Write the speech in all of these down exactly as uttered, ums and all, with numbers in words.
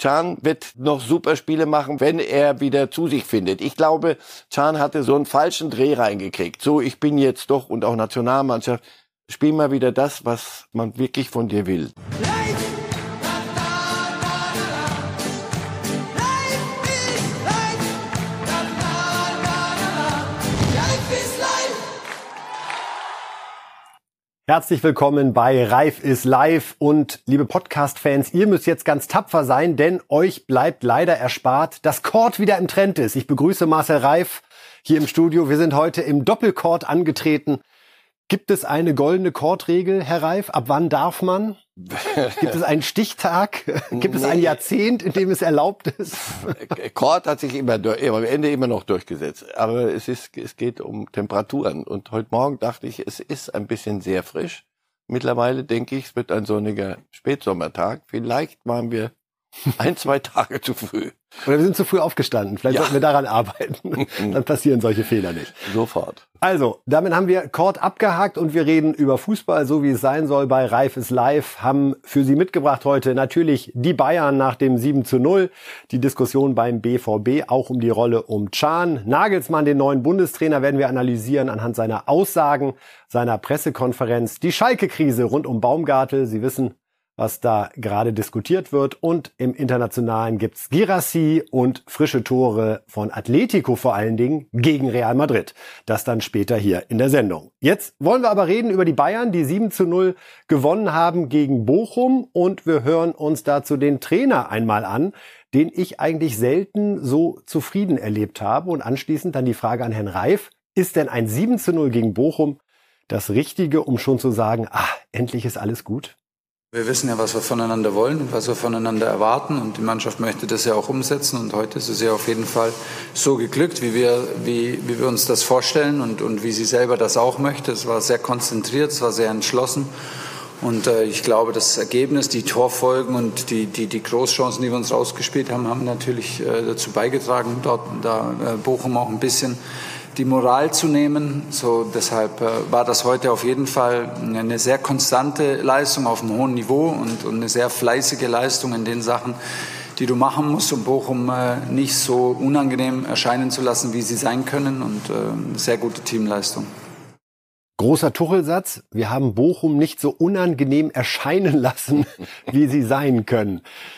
Can wird noch super Spiele machen, wenn er wieder zu sich findet. Ich glaube, Can hatte so einen falschen Dreh reingekriegt. So, ich bin jetzt doch, und auch Nationalmannschaft, spiel mal wieder das, was man wirklich von dir will. Herzlich willkommen bei Reif ist live und liebe Podcast-Fans, ihr müsst jetzt ganz tapfer sein, denn euch bleibt leider erspart, dass Kord wieder im Trend ist. Ich begrüße Marcel Reif hier im Studio. Wir sind heute im Doppelkord angetreten. Gibt es eine goldene Kordregel, Herr Reif? Ab wann darf man? Gibt es einen Stichtag? Gibt es ein Jahrzehnt, in dem es erlaubt ist? Kord hat sich immer durch, am Ende immer noch durchgesetzt. Aber es ist, es geht um Temperaturen. Und heute Morgen dachte ich, es ist ein bisschen sehr frisch. Mittlerweile denke ich, es wird ein sonniger Spätsommertag. Vielleicht waren wir ein, zwei Tage zu früh. Oder wir sind zu früh aufgestanden. Vielleicht ja. sollten wir daran arbeiten. Dann passieren solche Fehler nicht. Sofort. Also, damit haben wir Kord abgehakt und wir reden über Fußball, so wie es sein soll bei Reif ist live. Haben für Sie mitgebracht heute natürlich die Bayern nach dem sieben zu null. Die Diskussion beim B V B, auch um die Rolle um Can. Nagelsmann, den neuen Bundestrainer, werden wir analysieren anhand seiner Aussagen, seiner Pressekonferenz. Die Schalke-Krise rund um Baumgartel. Sie wissen, was da gerade diskutiert wird. Und im Internationalen gibt's Guirassy und frische Tore von Atletico vor allen Dingen gegen Real Madrid. Das dann später hier in der Sendung. Jetzt wollen wir aber reden über die Bayern, die sieben zu null gewonnen haben gegen Bochum. Und wir hören uns dazu den Trainer einmal an, den ich eigentlich selten so zufrieden erlebt habe. Und anschließend dann die Frage an Herrn Reif. Ist denn ein sieben zu null gegen Bochum das Richtige, um schon zu sagen, ah, endlich ist alles gut? Wir wissen ja, was wir voneinander wollen und was wir voneinander erwarten, und die Mannschaft möchte das ja auch umsetzen, und heute ist es ja auf jeden Fall so geglückt, wie wir, wie, wie wir uns das vorstellen und, und wie sie selber das auch möchte. Es war sehr konzentriert, es war sehr entschlossen, und äh, ich glaube, das Ergebnis, die Torfolgen und die, die, die Großchancen, die wir uns rausgespielt haben, haben natürlich äh, dazu beigetragen, dort da äh, Bochum auch ein bisschen die Moral zu nehmen. So, deshalb äh, war das heute auf jeden Fall eine sehr konstante Leistung auf einem hohen Niveau und, und eine sehr fleißige Leistung in den Sachen, die du machen musst, um Bochum äh, nicht so unangenehm erscheinen zu lassen, wie sie sein können, und äh, eine sehr gute Teamleistung. Großer Tuchelsatz. Wir haben Bochum nicht so unangenehm erscheinen lassen, wie sie sein können.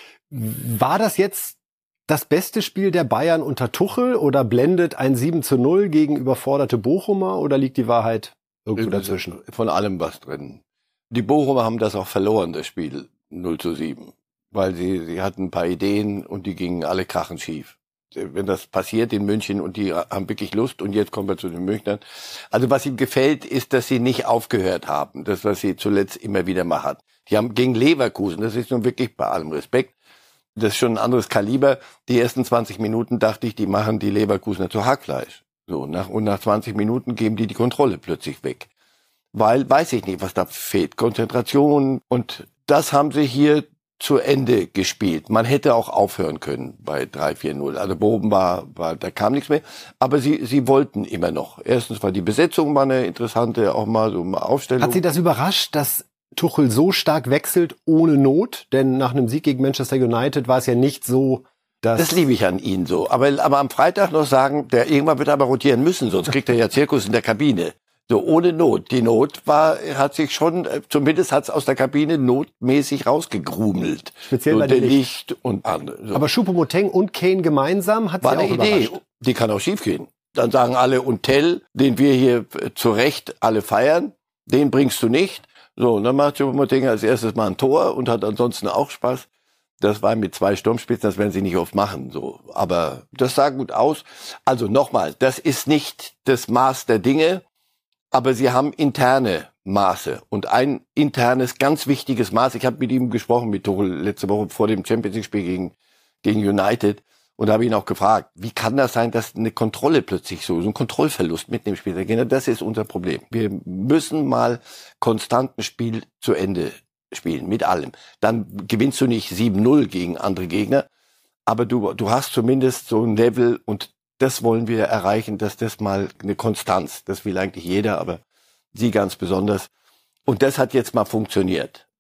War das jetzt das beste Spiel der Bayern unter Tuchel, oder blendet ein sieben zu null gegen überforderte Bochumer, oder liegt die Wahrheit irgendwo dazwischen? Von allem was drin. Die Bochumer haben das auch verloren, das Spiel null zu sieben, weil sie, sie hatten ein paar Ideen und die gingen alle krachend schief. Wenn das passiert in München und die haben wirklich Lust, und jetzt kommen wir zu den Münchnern. Also was ihm gefällt, ist, dass sie nicht aufgehört haben, das, was sie zuletzt immer wieder machen. Die haben gegen Leverkusen, das ist nun wirklich bei allem Respekt, das ist schon ein anderes Kaliber. Die ersten zwanzig Minuten dachte ich, die machen die Leverkusener zu Hackfleisch. So, nach, und nach zwanzig Minuten geben die die Kontrolle plötzlich weg. Weil, weiß ich nicht, was da fehlt. Konzentration. Und das haben sie hier zu Ende gespielt. Man hätte auch aufhören können bei drei vier null. Also Bochum war, war, da kam nichts mehr. Aber sie, sie wollten immer noch. Erstens war die Besetzung mal eine interessante, auch mal so eine Aufstellung. Hat Sie das überrascht, dass Tuchel so stark wechselt ohne Not? Denn nach einem Sieg gegen Manchester United war es ja nicht so, dass... Das liebe ich an ihn so. Aber, aber am Freitag noch sagen, der irgendwann wird aber rotieren müssen, sonst kriegt er ja Zirkus in der Kabine. So, ohne Not. Die Not war, hat sich schon, zumindest hat es aus der Kabine notmäßig rausgegrumelt. Speziell so bei dem der Licht. Licht und andere. So. Aber Choupo-Moting und Kane gemeinsam hat sie war auch eine Idee. überrascht. Die kann auch schiefgehen. Dann sagen alle, und Tell, den wir hier zu Recht alle feiern, den bringst du nicht. So, und dann macht Choupo-Moting als erstes mal ein Tor und hat ansonsten auch Spaß. Das war mit zwei Sturmspitzen, das werden sie nicht oft machen, so. Aber das sah gut aus. Also nochmal, das ist nicht das Maß der Dinge, aber sie haben interne Maße. Und ein internes, ganz wichtiges Maß, ich habe mit ihm gesprochen, mit Tuchel, letzte Woche vor dem Champions-League-Spiel gegen, gegen United. Und da habe ich ihn auch gefragt, wie kann das sein, dass eine Kontrolle plötzlich so, so ein Kontrollverlust mitten im Spiel, das ist unser Problem. Wir müssen mal konstant ein Spiel zu Ende spielen, mit allem. Dann gewinnst du nicht sieben null gegen andere Gegner, aber du, du hast zumindest so ein Level, und das wollen wir erreichen, dass das mal eine Konstanz, das will eigentlich jeder, aber sie ganz besonders. Und das hat jetzt mal funktioniert.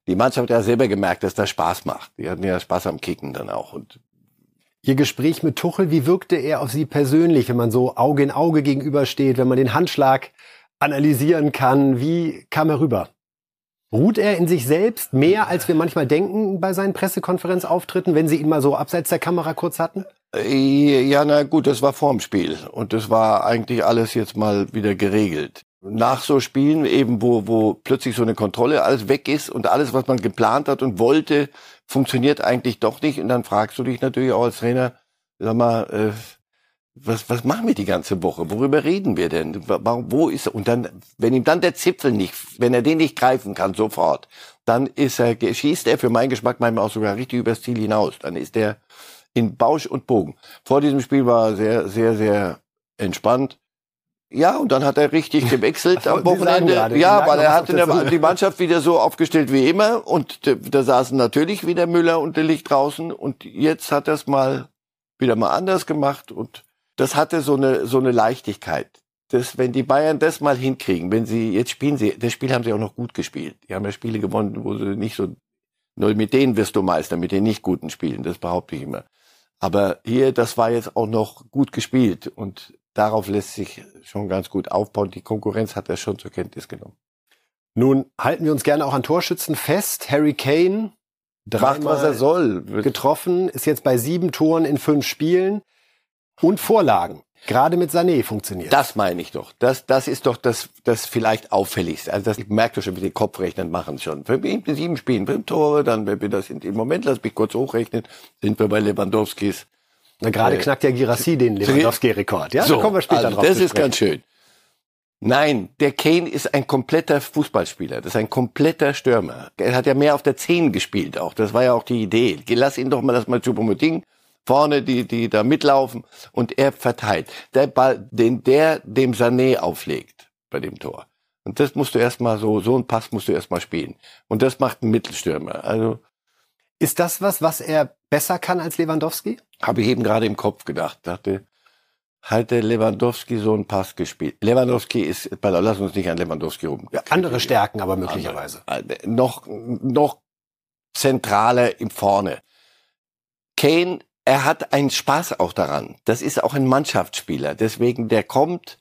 Die Mannschaft hat ja selber gemerkt, dass das Spaß macht. Die hatten ja Spaß am Kicken dann auch. Und Ihr Gespräch mit Tuchel, wie wirkte er auf Sie persönlich, wenn man so Auge in Auge gegenübersteht, wenn man den Handschlag analysieren kann? Wie kam er rüber? Ruht er in sich selbst mehr, als wir manchmal denken bei seinen Pressekonferenzauftritten, wenn Sie ihn mal so abseits der Kamera kurz hatten? Ja, na gut, das war vorm Spiel. Und das war eigentlich alles jetzt mal wieder geregelt. Nach so Spielen eben, wo, wo plötzlich so eine Kontrolle alles weg ist und alles, was man geplant hat und wollte, funktioniert eigentlich doch nicht. Und dann fragst du dich natürlich auch als Trainer, sag mal, äh, was, was machen wir die ganze Woche? Worüber reden wir denn? Warum, wo ist er? Und dann, wenn ihm dann der Zipfel nicht, wenn er den nicht greifen kann, sofort, dann ist er, schießt er für meinen Geschmack manchmal auch sogar richtig übers Ziel hinaus. Dann ist er in Bausch und Bogen. Vor diesem Spiel war er sehr, sehr, sehr entspannt. Ja, und dann hat er richtig gewechselt am Wochenende. Gerade, ja, weil er hatte der, die Mannschaft wieder so aufgestellt wie immer. Und da saßen natürlich wieder Müller und De Ligt draußen. Und jetzt hat er es mal wieder mal anders gemacht. Und das hatte so eine so eine Leichtigkeit. Das, wenn die Bayern das mal hinkriegen, wenn sie, jetzt spielen sie, das Spiel haben sie auch noch gut gespielt. Die haben ja Spiele gewonnen, wo sie nicht so, nur mit denen wirst du Meister, mit den nicht guten Spielen, das behaupte ich immer. Aber hier, das war jetzt auch noch gut gespielt. Und darauf lässt sich schon ganz gut aufbauen. Die Konkurrenz hat er schon zur Kenntnis genommen. Nun halten wir uns gerne auch an Torschützen fest. Harry Kane, macht, was er soll, getroffen, ist jetzt bei sieben Toren in fünf Spielen und Vorlagen. Gerade mit Sané funktioniert. Das meine ich doch. Das, das ist doch das, das vielleicht auffälligste. Also das, ich merke schon, wie die Kopfrechnen machen schon. Für sieben Spielen, fünf Tore, dann, wenn wir das in, im Moment, lass mich kurz hochrechnen, sind wir bei Lewandowskis. Na, gerade äh, knackt ja Girassi den Lewandowski-Rekord. Ja, so, da kommen wir später also drauf. Das ist ganz schön. Nein, der Kane ist ein kompletter Fußballspieler. Das ist ein kompletter Stürmer. Er hat ja mehr auf der Zehn gespielt auch. Das war ja auch die Idee. Lass ihn doch mal das mal Choupo-Moting vorne, die, die da mitlaufen und er verteilt. Der Ball, den der dem Sané auflegt bei dem Tor. Und das musst du erstmal so, so einen Pass musst du erstmal spielen. Und das macht ein Mittelstürmer. Also. Ist das was, was er besser kann als Lewandowski? Habe ich eben gerade im Kopf gedacht. Dachte, hat der Lewandowski so einen Pass gespielt. Lewandowski ist, lass uns nicht an Lewandowski rum. Ja, andere Stärken aber möglicherweise. Andere, noch, noch zentraler im Vorne. Kane, er hat einen Spaß auch daran. Das ist auch ein Mannschaftsspieler. Deswegen, der kommt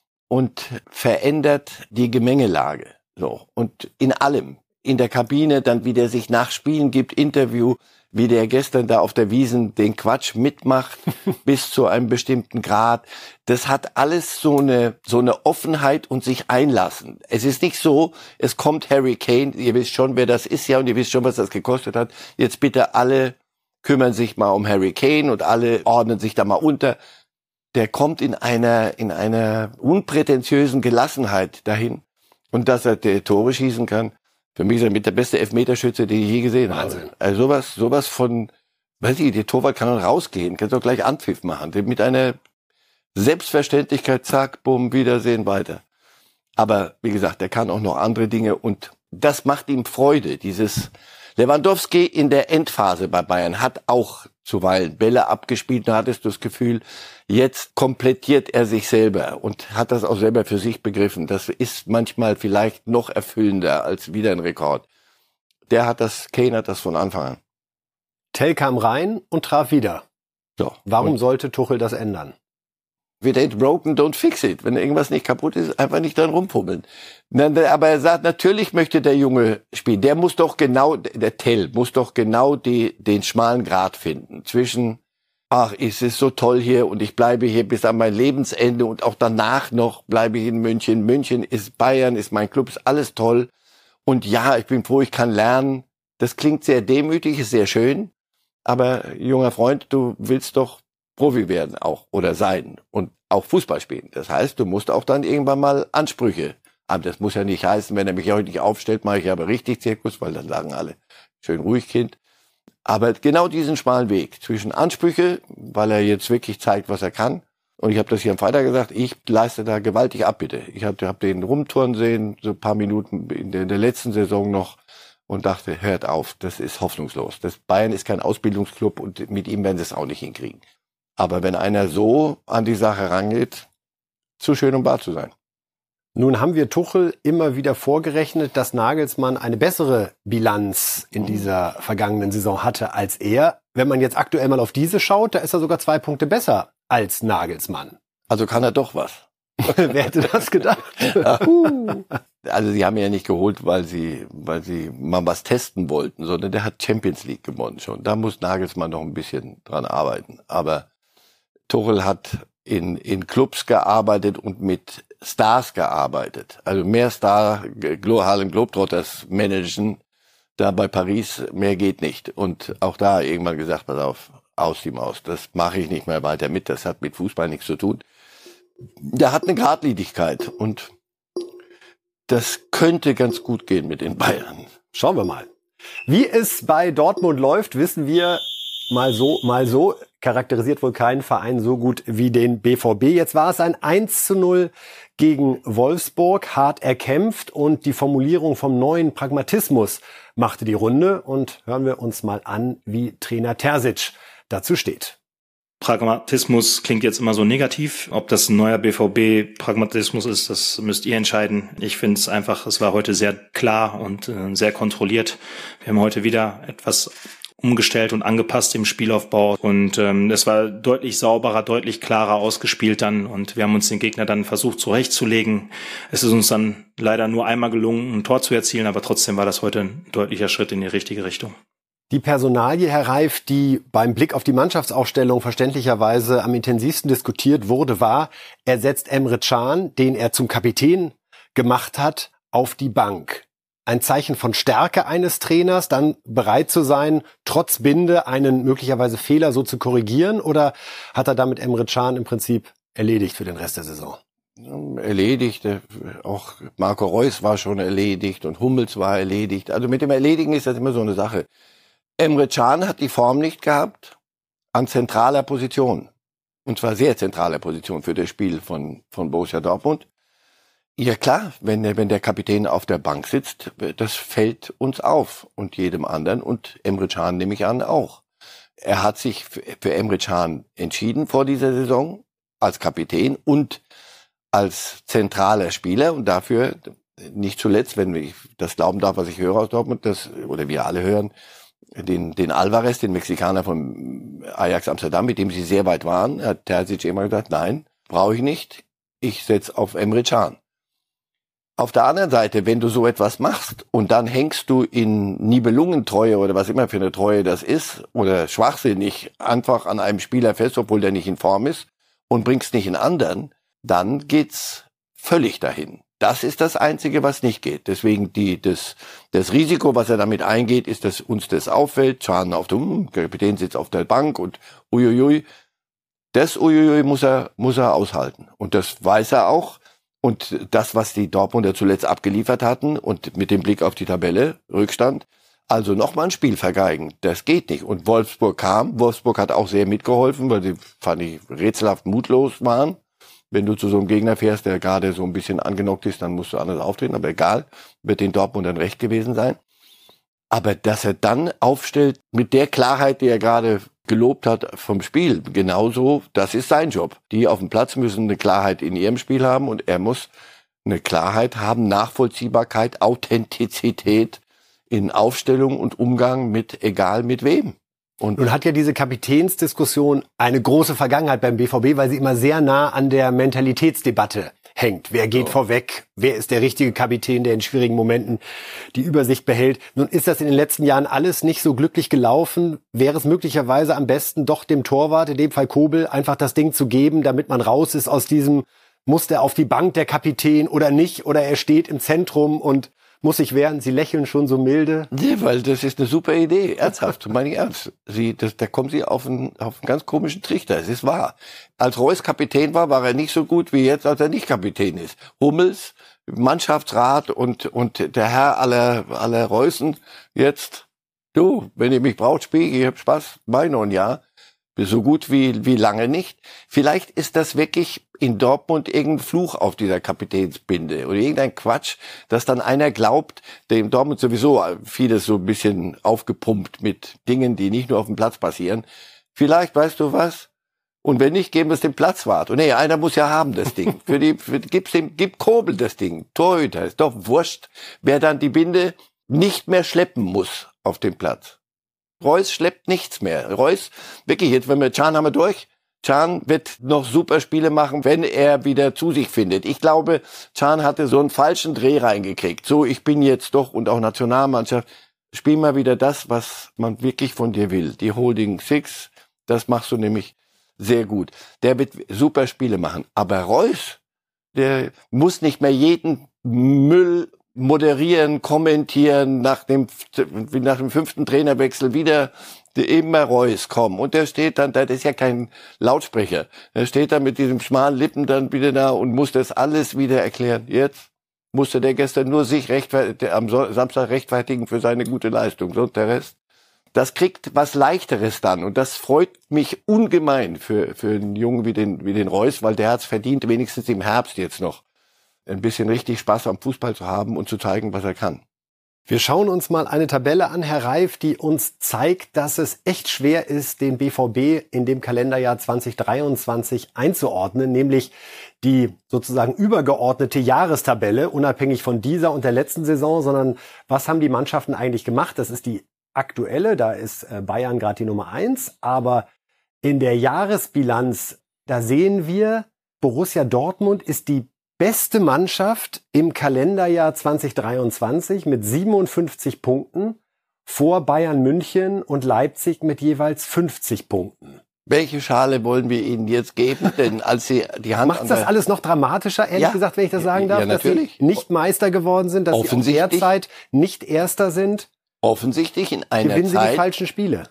und verändert die Gemengelage. So. Und in allem. In der Kabine, dann wie der sich nach Spielen gibt, Interview, wie der gestern da auf der Wiesn den Quatsch mitmacht, bis zu einem bestimmten Grad. Das hat alles so eine, so eine Offenheit und sich einlassen. Es ist nicht so, es kommt Harry Kane, ihr wisst schon, wer das ist ja, und ihr wisst schon, was das gekostet hat. Jetzt bitte alle kümmern sich mal um Harry Kane und alle ordnen sich da mal unter. Der kommt in einer, in einer unprätentiösen Gelassenheit dahin. Und dass er die Tore schießen kann. Für mich ist er mit der beste Elfmeterschütze, den ich je gesehen Wahnsinn. habe. Also sowas, sowas von, weiß ich, der Torwart kann dann rausgehen, kann doch gleich Anpfiff machen. Mit einer Selbstverständlichkeit, zack, bumm, Wiedersehen, weiter. Aber wie gesagt, der kann auch noch andere Dinge und das macht ihm Freude. Dieses Lewandowski in der Endphase bei Bayern hat auch zuweilen Bälle abgespielt. Da hattest du das Gefühl, jetzt komplettiert er sich selber und hat das auch selber für sich begriffen. Das ist manchmal vielleicht noch erfüllender als wieder ein Rekord. Der hat das, Kane hat das von Anfang an. Tell kam rein und traf wieder. So. Warum und sollte Tuchel das ändern? If it ain't broken, don't fix it. Wenn irgendwas nicht kaputt ist, einfach nicht dran rumpummeln. Aber er sagt, natürlich möchte der Junge spielen. Der muss doch genau, der Tell muss doch genau die, den schmalen Grat finden zwischen, ach, es ist so toll hier und ich bleibe hier bis an mein Lebensende und auch danach noch bleibe ich in München. München ist Bayern, ist mein Club, ist alles toll. Und ja, ich bin froh, ich kann lernen. Das klingt sehr demütig, ist sehr schön. Aber junger Freund, du willst doch Profi werden auch oder sein und auch Fußball spielen. Das heißt, du musst auch dann irgendwann mal Ansprüche haben. Das muss ja nicht heißen, wenn er mich heute nicht aufstellt, mache ich aber richtig Zirkus, weil dann sagen alle, schön ruhig, Kind. Aber genau diesen schmalen Weg zwischen Ansprüche, weil er jetzt wirklich zeigt, was er kann. Und ich habe das hier am Freitag gesagt, ich leiste da gewaltig ab, bitte. Ich habe hab den rumtouren sehen, so ein paar Minuten in der, in der letzten Saison noch und dachte, hört auf, das ist hoffnungslos. Das Bayern ist kein Ausbildungsclub und mit ihm werden sie es auch nicht hinkriegen. Aber wenn einer so an die Sache rangeht, zu schön, um wahr zu sein. Nun haben wir Tuchel immer wieder vorgerechnet, dass Nagelsmann eine bessere Bilanz in dieser vergangenen Saison hatte als er. Wenn man jetzt aktuell mal auf diese schaut, da ist er sogar zwei Punkte besser als Nagelsmann. Also kann er doch was. Wer hätte das gedacht? Also sie haben ihn ja nicht geholt, weil sie, weil sie mal was testen wollten, sondern der hat Champions League gewonnen schon. Da muss Nagelsmann noch ein bisschen dran arbeiten. Aber Tuchel hat in, in Clubs gearbeitet und mit Stars gearbeitet. Also mehr Star, Harlem Globetrotters managen, da bei Paris, mehr geht nicht. Und auch da irgendwann gesagt, pass auf, aus die Maus. Das mache ich nicht mehr weiter mit. Das hat mit Fußball nichts zu tun. Der hat eine Gradlinigkeit und das könnte ganz gut gehen mit den Bayern. Schauen wir mal. Wie es bei Dortmund läuft, wissen wir mal so, mal so. Charakterisiert wohl keinen Verein so gut wie den B V B. Jetzt war es ein eins zu null gegen Wolfsburg, hart erkämpft, und die Formulierung vom neuen Pragmatismus machte die Runde. Und hören wir uns mal an, wie Trainer Terzic dazu steht. Pragmatismus klingt jetzt immer so negativ. Ob das ein neuer B V B-Pragmatismus ist, das müsst ihr entscheiden. Ich finde es einfach, es war heute sehr klar und äh, sehr kontrolliert. Wir haben heute wieder etwas umgestellt und angepasst im Spielaufbau, und ähm, es war deutlich sauberer, deutlich klarer ausgespielt dann, und wir haben uns den Gegner dann versucht zurechtzulegen. Es ist uns dann leider nur einmal gelungen, ein Tor zu erzielen, aber trotzdem war das heute ein deutlicher Schritt in die richtige Richtung. Die Personalie, Herr Reif, die beim Blick auf die Mannschaftsaufstellung verständlicherweise am intensivsten diskutiert wurde, war, er setzt Emre Can, den er zum Kapitän gemacht hat, auf die Bank. Ein Zeichen von Stärke eines Trainers, dann bereit zu sein, trotz Binde einen möglicherweise Fehler so zu korrigieren? Oder hat er damit Emre Can im Prinzip erledigt für den Rest der Saison? Erledigt, auch Marco Reus war schon erledigt und Hummels war erledigt. Also mit dem Erledigen ist das immer so eine Sache. Emre Can hat die Form nicht gehabt an zentraler Position. Und zwar sehr zentraler Position für das Spiel von, von Borussia Dortmund. Ja klar, wenn der, wenn der Kapitän auf der Bank sitzt, das fällt uns auf und jedem anderen, und Emre Can nehme ich an auch. Er hat sich für Emre Can entschieden vor dieser Saison als Kapitän und als zentraler Spieler, und dafür nicht zuletzt, wenn ich das glauben darf, was ich höre aus Dortmund, das, oder wir alle hören, den, den Alvarez, den Mexikaner von Ajax Amsterdam, mit dem sie sehr weit waren, hat Terzic immer gesagt, nein, brauche ich nicht, ich setze auf Emre Can. Auf der anderen Seite, wenn du so etwas machst und dann hängst du in Nibelungentreue oder was immer für eine Treue das ist oder schwachsinnig einfach an einem Spieler fest, obwohl der nicht in Form ist, und bringst nicht einen anderen, dann geht's völlig dahin. Das ist das Einzige, was nicht geht. Deswegen die, das, das Risiko, was er damit eingeht, ist, dass uns das auffällt. Can auf dem Kapitän sitzt auf der Bank und uiuiui. Das uiuiui muss er, muss er aushalten. Und das weiß er auch. Und das, was die Dortmunder zuletzt abgeliefert hatten und mit dem Blick auf die Tabelle, Rückstand, also nochmal ein Spiel vergeigen, das geht nicht. Und Wolfsburg kam, Wolfsburg hat auch sehr mitgeholfen, weil sie, fand ich, rätselhaft mutlos waren. Wenn du zu so einem Gegner fährst, der gerade so ein bisschen angenockt ist, dann musst du anders auftreten, aber egal, wird den Dortmundern recht gewesen sein. Aber dass er dann aufstellt mit der Klarheit, die er gerade gelobt hat vom Spiel, genauso, das ist sein Job. Die auf dem Platz müssen eine Klarheit in ihrem Spiel haben und er muss eine Klarheit haben, Nachvollziehbarkeit, Authentizität in Aufstellung und Umgang mit egal mit wem. Und nun hat ja diese Kapitänsdiskussion eine große Vergangenheit beim B V B, weil sie immer sehr nah an der Mentalitätsdebatte hängt. Wer geht so vorweg? Wer ist der richtige Kapitän, der in schwierigen Momenten die Übersicht behält? Nun ist das in den letzten Jahren alles nicht so glücklich gelaufen. Wäre es möglicherweise am besten, doch dem Torwart, in dem Fall Kobel, einfach das Ding zu geben, damit man raus ist aus diesem, muss der auf die Bank, der Kapitän, oder nicht? Oder er steht im Zentrum und muss sich wehren? Sie lächeln schon so milde. Nee, weil das ist eine super Idee. Ernsthaft, meine ich ernst. Sie, das, da kommen Sie auf einen, auf einen ganz komischen Trichter. Es ist wahr. Als Reus Kapitän war, war er nicht so gut wie jetzt, als er nicht Kapitän ist. Hummels, Mannschaftsrat und, und der Herr aller, aller Reußen jetzt, du, wenn ihr mich braucht, spiele ich, ich hab Spaß, mach noch ein Jahr. So gut wie, wie lange nicht. Vielleicht ist das wirklich in Dortmund irgendein Fluch auf dieser Kapitänsbinde oder irgendein Quatsch, dass dann einer glaubt, der in Dortmund sowieso vieles so ein bisschen aufgepumpt mit Dingen, die nicht nur auf dem Platz passieren. Vielleicht, weißt du was, Und wenn nicht, geben wir es dem Platzwart. Und nee, einer muss ja haben das Ding. Für die, für, gib's dem, gib Kobel das Ding. Torhüter. Ist doch wurscht, wer dann die Binde nicht mehr schleppen muss auf dem Platz. Reus schleppt nichts mehr. Reus, wirklich, jetzt, wenn wir Can haben wir durch. Can wird noch super Spiele machen, wenn er wieder zu sich findet. Ich glaube, Can hatte so einen falschen Dreh reingekriegt. So, ich bin jetzt doch, und auch Nationalmannschaft, spiel mal wieder das, was man wirklich von dir will. Die Holding Six, das machst du nämlich sehr gut. Der wird super Spiele machen. Aber Reus, der muss nicht mehr jeden Müll moderieren, kommentieren, nach dem, nach dem fünften Trainerwechsel wieder immer Reus kommen. Und der steht dann, das ist ja kein Lautsprecher. Der steht dann mit diesem schmalen Lippen dann wieder da und muss das alles wieder erklären. Jetzt musste der gestern nur sich rechtfertigen, am Samstag rechtfertigen für seine gute Leistung. So, der Rest, das kriegt was Leichteres dann. Und das freut mich ungemein für, für einen Jungen wie den, wie den Reus, weil der hat's verdient, wenigstens im Herbst jetzt noch ein bisschen richtig Spaß am Fußball zu haben und zu zeigen, was er kann. Wir schauen uns mal eine Tabelle an, Herr Reif, die uns zeigt, dass es echt schwer ist, den B V B in dem Kalenderjahr zwanzig dreiundzwanzig einzuordnen, nämlich die sozusagen übergeordnete Jahrestabelle, unabhängig von dieser und der letzten Saison, sondern was haben die Mannschaften eigentlich gemacht? Das ist die aktuelle, da ist Bayern gerade die Nummer eins, aber in der Jahresbilanz, da sehen wir, Borussia Dortmund ist die beste Mannschaft im Kalenderjahr zwanzig dreiundzwanzig mit siebenundfünfzig Punkten vor Bayern München und Leipzig mit jeweils fünfzig Punkten. Welche Schale wollen wir Ihnen jetzt geben? Denn als Sie die Hand Macht das alles noch dramatischer, ehrlich ja, gesagt, wenn ich das sagen darf, ja, natürlich. dass sie nicht Meister geworden sind, dass sie auch derzeit nicht Erster sind? Offensichtlich in einer Gewinnen Zeit... sie die falschen Spiele?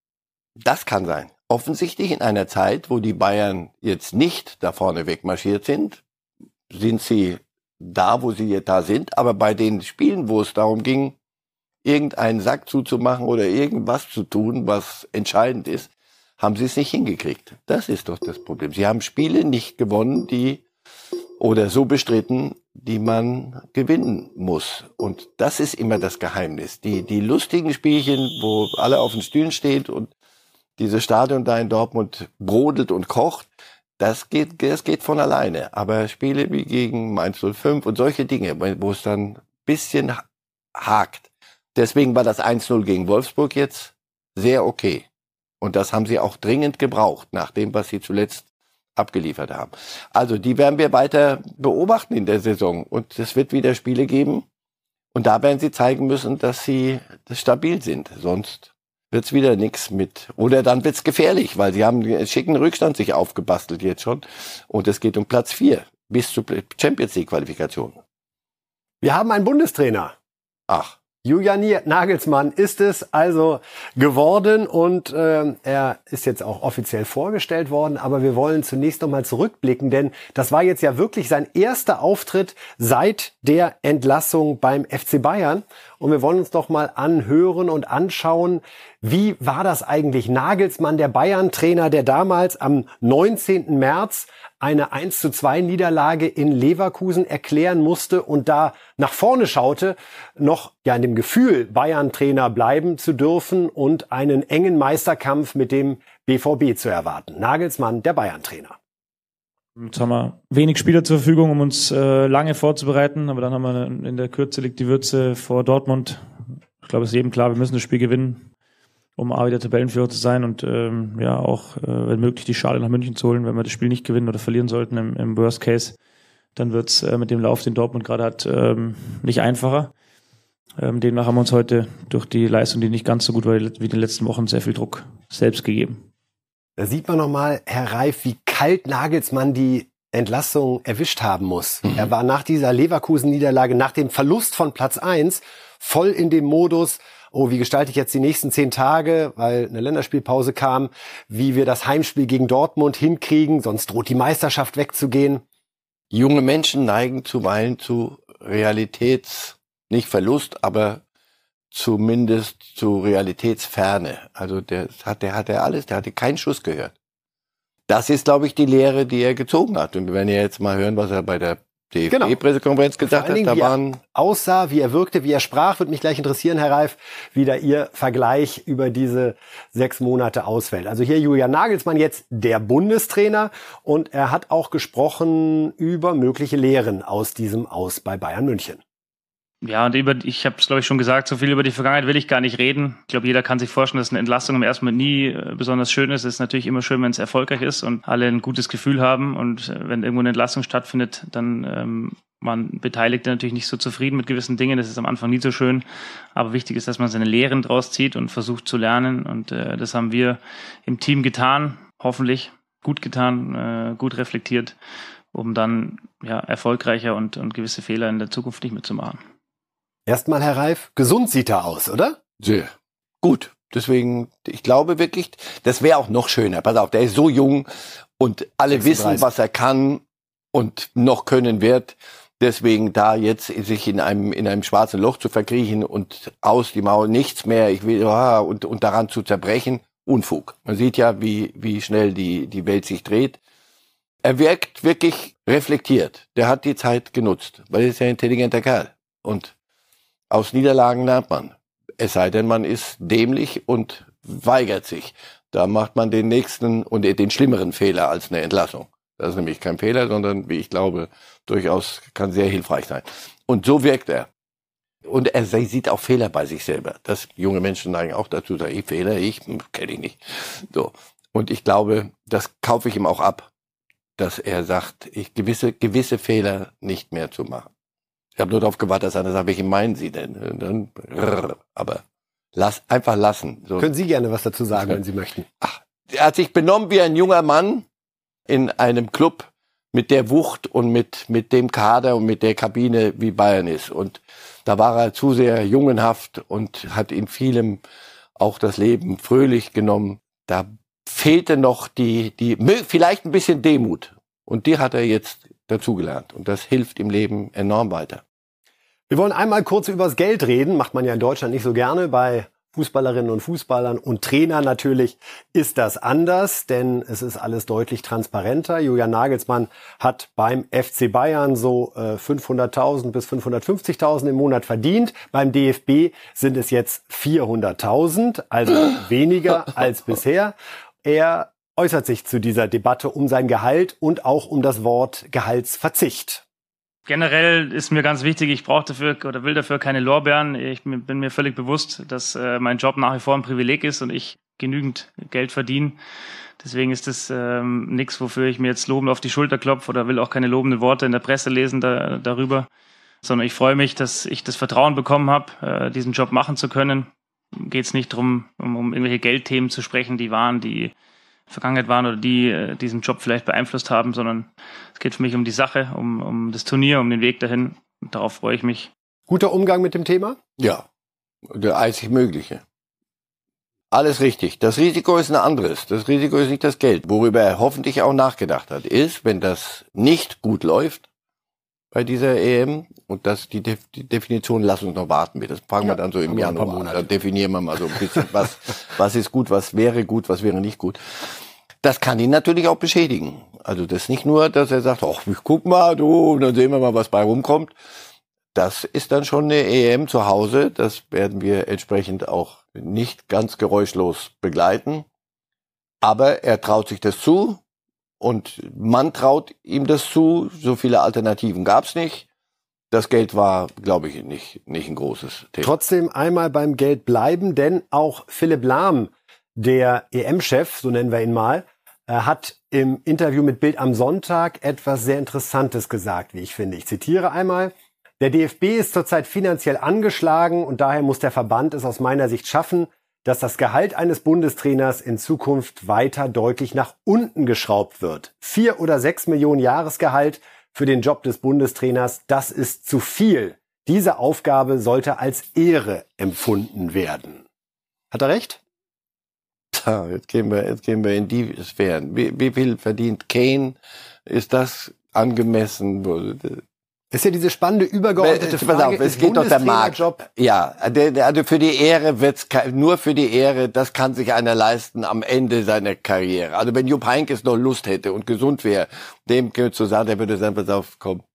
Das kann sein. Offensichtlich in einer Zeit, wo die Bayern jetzt nicht da vorne wegmarschiert sind, sind sie da, wo sie jetzt da sind. Aber bei den Spielen, wo es darum ging, irgendeinen Sack zuzumachen oder irgendwas zu tun, was entscheidend ist, haben sie es nicht hingekriegt. Das ist doch das Problem. Sie haben Spiele nicht gewonnen, die oder so bestritten, die man gewinnen muss. Und das ist immer das Geheimnis. Die, die lustigen Spielchen, wo alle auf den Stühlen steht und dieses Stadion da in Dortmund brodelt und kocht, Das geht, das geht von alleine. Aber Spiele wie gegen Mainz null fünf und solche Dinge, wo es dann ein bisschen hakt. Deswegen war das eins null gegen Wolfsburg jetzt sehr okay. Und das haben sie auch dringend gebraucht, nach dem, was sie zuletzt abgeliefert haben. Also die werden wir weiter beobachten in der Saison. Und es wird wieder Spiele geben. Und da werden sie zeigen müssen, dass sie stabil sind. Sonst wird's wieder nix mit. Oder dann wird's gefährlich, weil sie haben einen schicken Rückstand sich aufgebastelt jetzt schon. Und es geht um Platz vier bis zur Champions League Qualifikation. Wir haben einen Bundestrainer. Ach. Julian Nagelsmann ist es also geworden und äh, er ist jetzt auch offiziell vorgestellt worden. Aber wir wollen zunächst nochmal zurückblicken, denn das war jetzt ja wirklich sein erster Auftritt seit der Entlassung beim F C Bayern. Und wir wollen uns doch mal anhören und anschauen, wie war das eigentlich? Nagelsmann, der Bayern-Trainer, der damals am neunzehnten März eine eins zu zwei Niederlage in Leverkusen erklären musste und da nach vorne schaute, noch ja in dem Gefühl, Bayern-Trainer bleiben zu dürfen und einen engen Meisterkampf mit dem B V B zu erwarten. Nagelsmann, der Bayern-Trainer. Jetzt haben wir wenig Spieler zur Verfügung, um uns äh, lange vorzubereiten, aber dann haben wir in der Kürze liegt die Würze vor Dortmund. Ich glaube, es ist jedem klar, wir müssen das Spiel gewinnen, um A, wieder Tabellenführer zu sein und ähm, ja auch, äh, wenn möglich, die Schale nach München zu holen. Wenn wir das Spiel nicht gewinnen oder verlieren sollten im, im Worst Case, dann wird's äh, mit dem Lauf, den Dortmund gerade hat, ähm, nicht einfacher. Ähm, demnach haben wir uns heute durch die Leistung, die nicht ganz so gut war wie in den letzten Wochen, sehr viel Druck selbst gegeben. Da sieht man nochmal, Herr Reif, wie kalt Nagelsmann die Entlassung erwischt haben muss. Mhm. Er war nach dieser Leverkusen-Niederlage, nach dem Verlust von Platz eins, voll in dem Modus, oh, wie gestalte ich jetzt die nächsten zehn Tage, weil eine Länderspielpause kam, wie wir das Heimspiel gegen Dortmund hinkriegen, sonst droht die Meisterschaft wegzugehen. Junge Menschen neigen zuweilen zu Realitäts, nicht Verlust, aber zumindest zu Realitätsferne. Also der hat, der hatte alles, der hatte keinen Schuss gehört. Das ist, glaube ich, die Lehre, die er gezogen hat. Und wir werden ja jetzt mal hören, was er bei der D F B-Pressekonferenz genau. gesagt hat, da wie waren... er aussah, wie er wirkte, wie er sprach, würde mich gleich interessieren, Herr Reif, wie da Ihr Vergleich über diese sechs Monate ausfällt. Also hier Julian Nagelsmann, jetzt der Bundestrainer, und er hat auch gesprochen über mögliche Lehren aus diesem Aus bei Bayern München. Ja, und über, ich habe es glaube ich schon gesagt, so viel über die Vergangenheit will ich gar nicht reden. Ich glaube, jeder kann sich vorstellen, dass eine Entlassung im ersten Mal nie äh, besonders schön ist. Es ist natürlich immer schön, wenn es erfolgreich ist und alle ein gutes Gefühl haben. Und äh, wenn irgendwo eine Entlassung stattfindet, dann ähm, man Beteiligte natürlich nicht so zufrieden mit gewissen Dingen. Das ist am Anfang nie so schön. Aber wichtig ist, dass man seine Lehren draus zieht und versucht zu lernen. Und äh, das haben wir im Team getan, hoffentlich gut getan, äh, gut reflektiert, um dann ja erfolgreicher und, und gewisse Fehler in der Zukunft nicht mitzumachen. Erstmal, Herr Reif, gesund sieht er aus, oder? Sehr gut. Deswegen, ich glaube wirklich, das wäre auch noch schöner. Pass auf, der ist so jung und alle sechsunddreißig wissen, was er kann und noch können wird. Deswegen da jetzt sich in einem in einem schwarzen Loch zu verkriechen und aus die Mauer nichts mehr, ich will ah, und und daran zu zerbrechen, Unfug. Man sieht ja, wie wie schnell die die Welt sich dreht. Er wirkt wirklich reflektiert. Der hat die Zeit genutzt, weil er ist ja ein intelligenter Kerl und aus Niederlagen lernt man. Es sei denn, man ist dämlich und weigert sich. Da macht man den nächsten und den schlimmeren Fehler als eine Entlassung. Das ist nämlich kein Fehler, sondern, wie ich glaube, durchaus kann sehr hilfreich sein. Und so wirkt er. Und er sieht auch Fehler bei sich selber. Das junge Menschen neigen auch dazu, sagen, ich Fehler, ich kenne ich nicht. So. Und ich glaube, das kaufe ich ihm auch ab, dass er sagt, ich gewisse gewisse Fehler nicht mehr zu machen. Ich habe nur darauf gewartet, dass einer sagt, welche meinen Sie denn? Und dann, aber lass, einfach lassen. So. Können Sie gerne was dazu sagen, wenn Sie möchten. Ach, er hat sich benommen wie ein junger Mann in einem Club mit der Wucht und mit, mit dem Kader und mit der Kabine, wie Bayern ist. Und da war er zu sehr jungenhaft und hat in vielem auch das Leben fröhlich genommen. Da fehlte noch die, die, vielleicht ein bisschen Demut. Und die hat er jetzt dazugelernt. Und das hilft im Leben enorm weiter. Wir wollen einmal kurz übers Geld reden. Macht man ja in Deutschland nicht so gerne. Bei Fußballerinnen und Fußballern und Trainern natürlich ist das anders, denn es ist alles deutlich transparenter. Julian Nagelsmann hat beim F C Bayern so äh, fünfhunderttausend bis fünfhundertfünfzigtausend im Monat verdient. Beim D F B sind es jetzt vierhunderttausend, also weniger als bisher. Er äußert sich zu dieser Debatte um sein Gehalt und auch um das Wort Gehaltsverzicht. Generell ist mir ganz wichtig, ich brauche dafür oder will dafür keine Lorbeeren. Ich bin mir völlig bewusst, dass äh, mein Job nach wie vor ein Privileg ist und ich genügend Geld verdiene. Deswegen ist das ähm, nichts, wofür ich mir jetzt lobend auf die Schulter klopfe oder will auch keine lobenden Worte in der Presse lesen da, darüber. Sondern ich freue mich, dass ich das Vertrauen bekommen habe, äh, diesen Job machen zu können. Geht es nicht darum, um, um irgendwelche Geldthemen zu sprechen, die waren, die Vergangenheit waren oder die äh, diesen Job vielleicht beeinflusst haben, sondern es geht für mich um die Sache, um, um das Turnier, um den Weg dahin. Und darauf freue ich mich. Guter Umgang mit dem Thema? Ja, der einzig Mögliche. Alles richtig. Das Risiko ist ein anderes. Das Risiko ist nicht das Geld. Worüber er hoffentlich auch nachgedacht hat, ist, wenn das nicht gut läuft bei dieser E M, und das die, De- die Definition, lass uns noch warten. Das fangen ja, wir dann so im Januar an. Da definieren wir mal so ein bisschen, was, was ist gut, was wäre gut, was wäre nicht gut. Das kann ihn natürlich auch beschädigen. Also das ist nicht nur, dass er sagt, ach, guck mal, du, und dann sehen wir mal, was bei rumkommt. Das ist dann schon eine E M zu Hause. Das werden wir entsprechend auch nicht ganz geräuschlos begleiten. Aber er traut sich das zu. Und man traut ihm das zu. So viele Alternativen gab's nicht. Das Geld war, glaube ich, nicht, nicht ein großes Thema. Trotzdem einmal beim Geld bleiben, denn auch Philipp Lahm, der E M-Chef, so nennen wir ihn mal, hat im Interview mit Bild am Sonntag etwas sehr Interessantes gesagt, wie ich finde. Ich zitiere einmal: Der D F B ist zurzeit finanziell angeschlagen und daher muss der Verband es aus meiner Sicht schaffen, dass das Gehalt eines Bundestrainers in Zukunft weiter deutlich nach unten geschraubt wird. Vier oder sechs Millionen Jahresgehalt für den Job des Bundestrainers, das ist zu viel. Diese Aufgabe sollte als Ehre empfunden werden. Hat er recht? Ja, jetzt gehen wir, jetzt gehen wir in die Sphären. Wie, wie viel verdient Kane? Ist das angemessen? Ist ja diese spannende übergeordnete Pass Frage. auf, es geht doch der Markt. Ja, der, der, also für die Ehre wird's nur für die Ehre, das kann sich einer leisten am Ende seiner Karriere. Also wenn Jupp Heynckes noch Lust hätte und gesund wäre, dem zu sagen, der würde sagen, pass auf, komm,